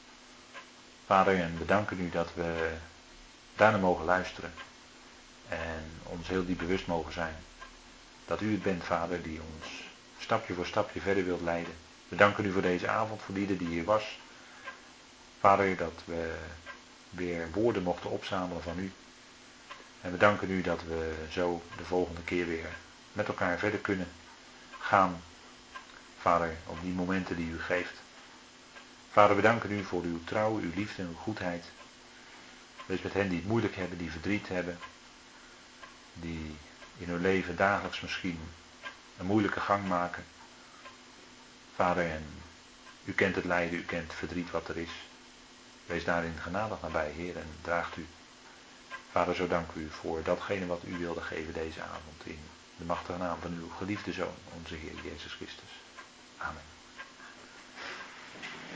Vader, en we danken u dat we daarna mogen luisteren. En ons heel diep bewust mogen zijn. Dat u het bent, Vader, die ons stapje voor stapje verder wilt leiden. We danken u voor deze avond, voor ieder die hier was. Vader, dat we weer woorden mochten opzamelen van u. En we danken u dat we zo de volgende keer weer met elkaar verder kunnen gaan. Vader, op die momenten die u geeft. Vader, we danken u voor uw trouw, uw liefde en uw goedheid. Wees met hen die het moeilijk hebben, die verdriet hebben. Die in hun leven dagelijks misschien een moeilijke gang maken. Vader, en u kent het lijden, u kent het verdriet wat er is. Wees daarin genadig nabij, Heer, en draagt u. Vader, zo dank u voor datgene wat u wilde geven deze avond in de machtige naam van uw geliefde Zoon, onze Heer Jezus Christus. Amen.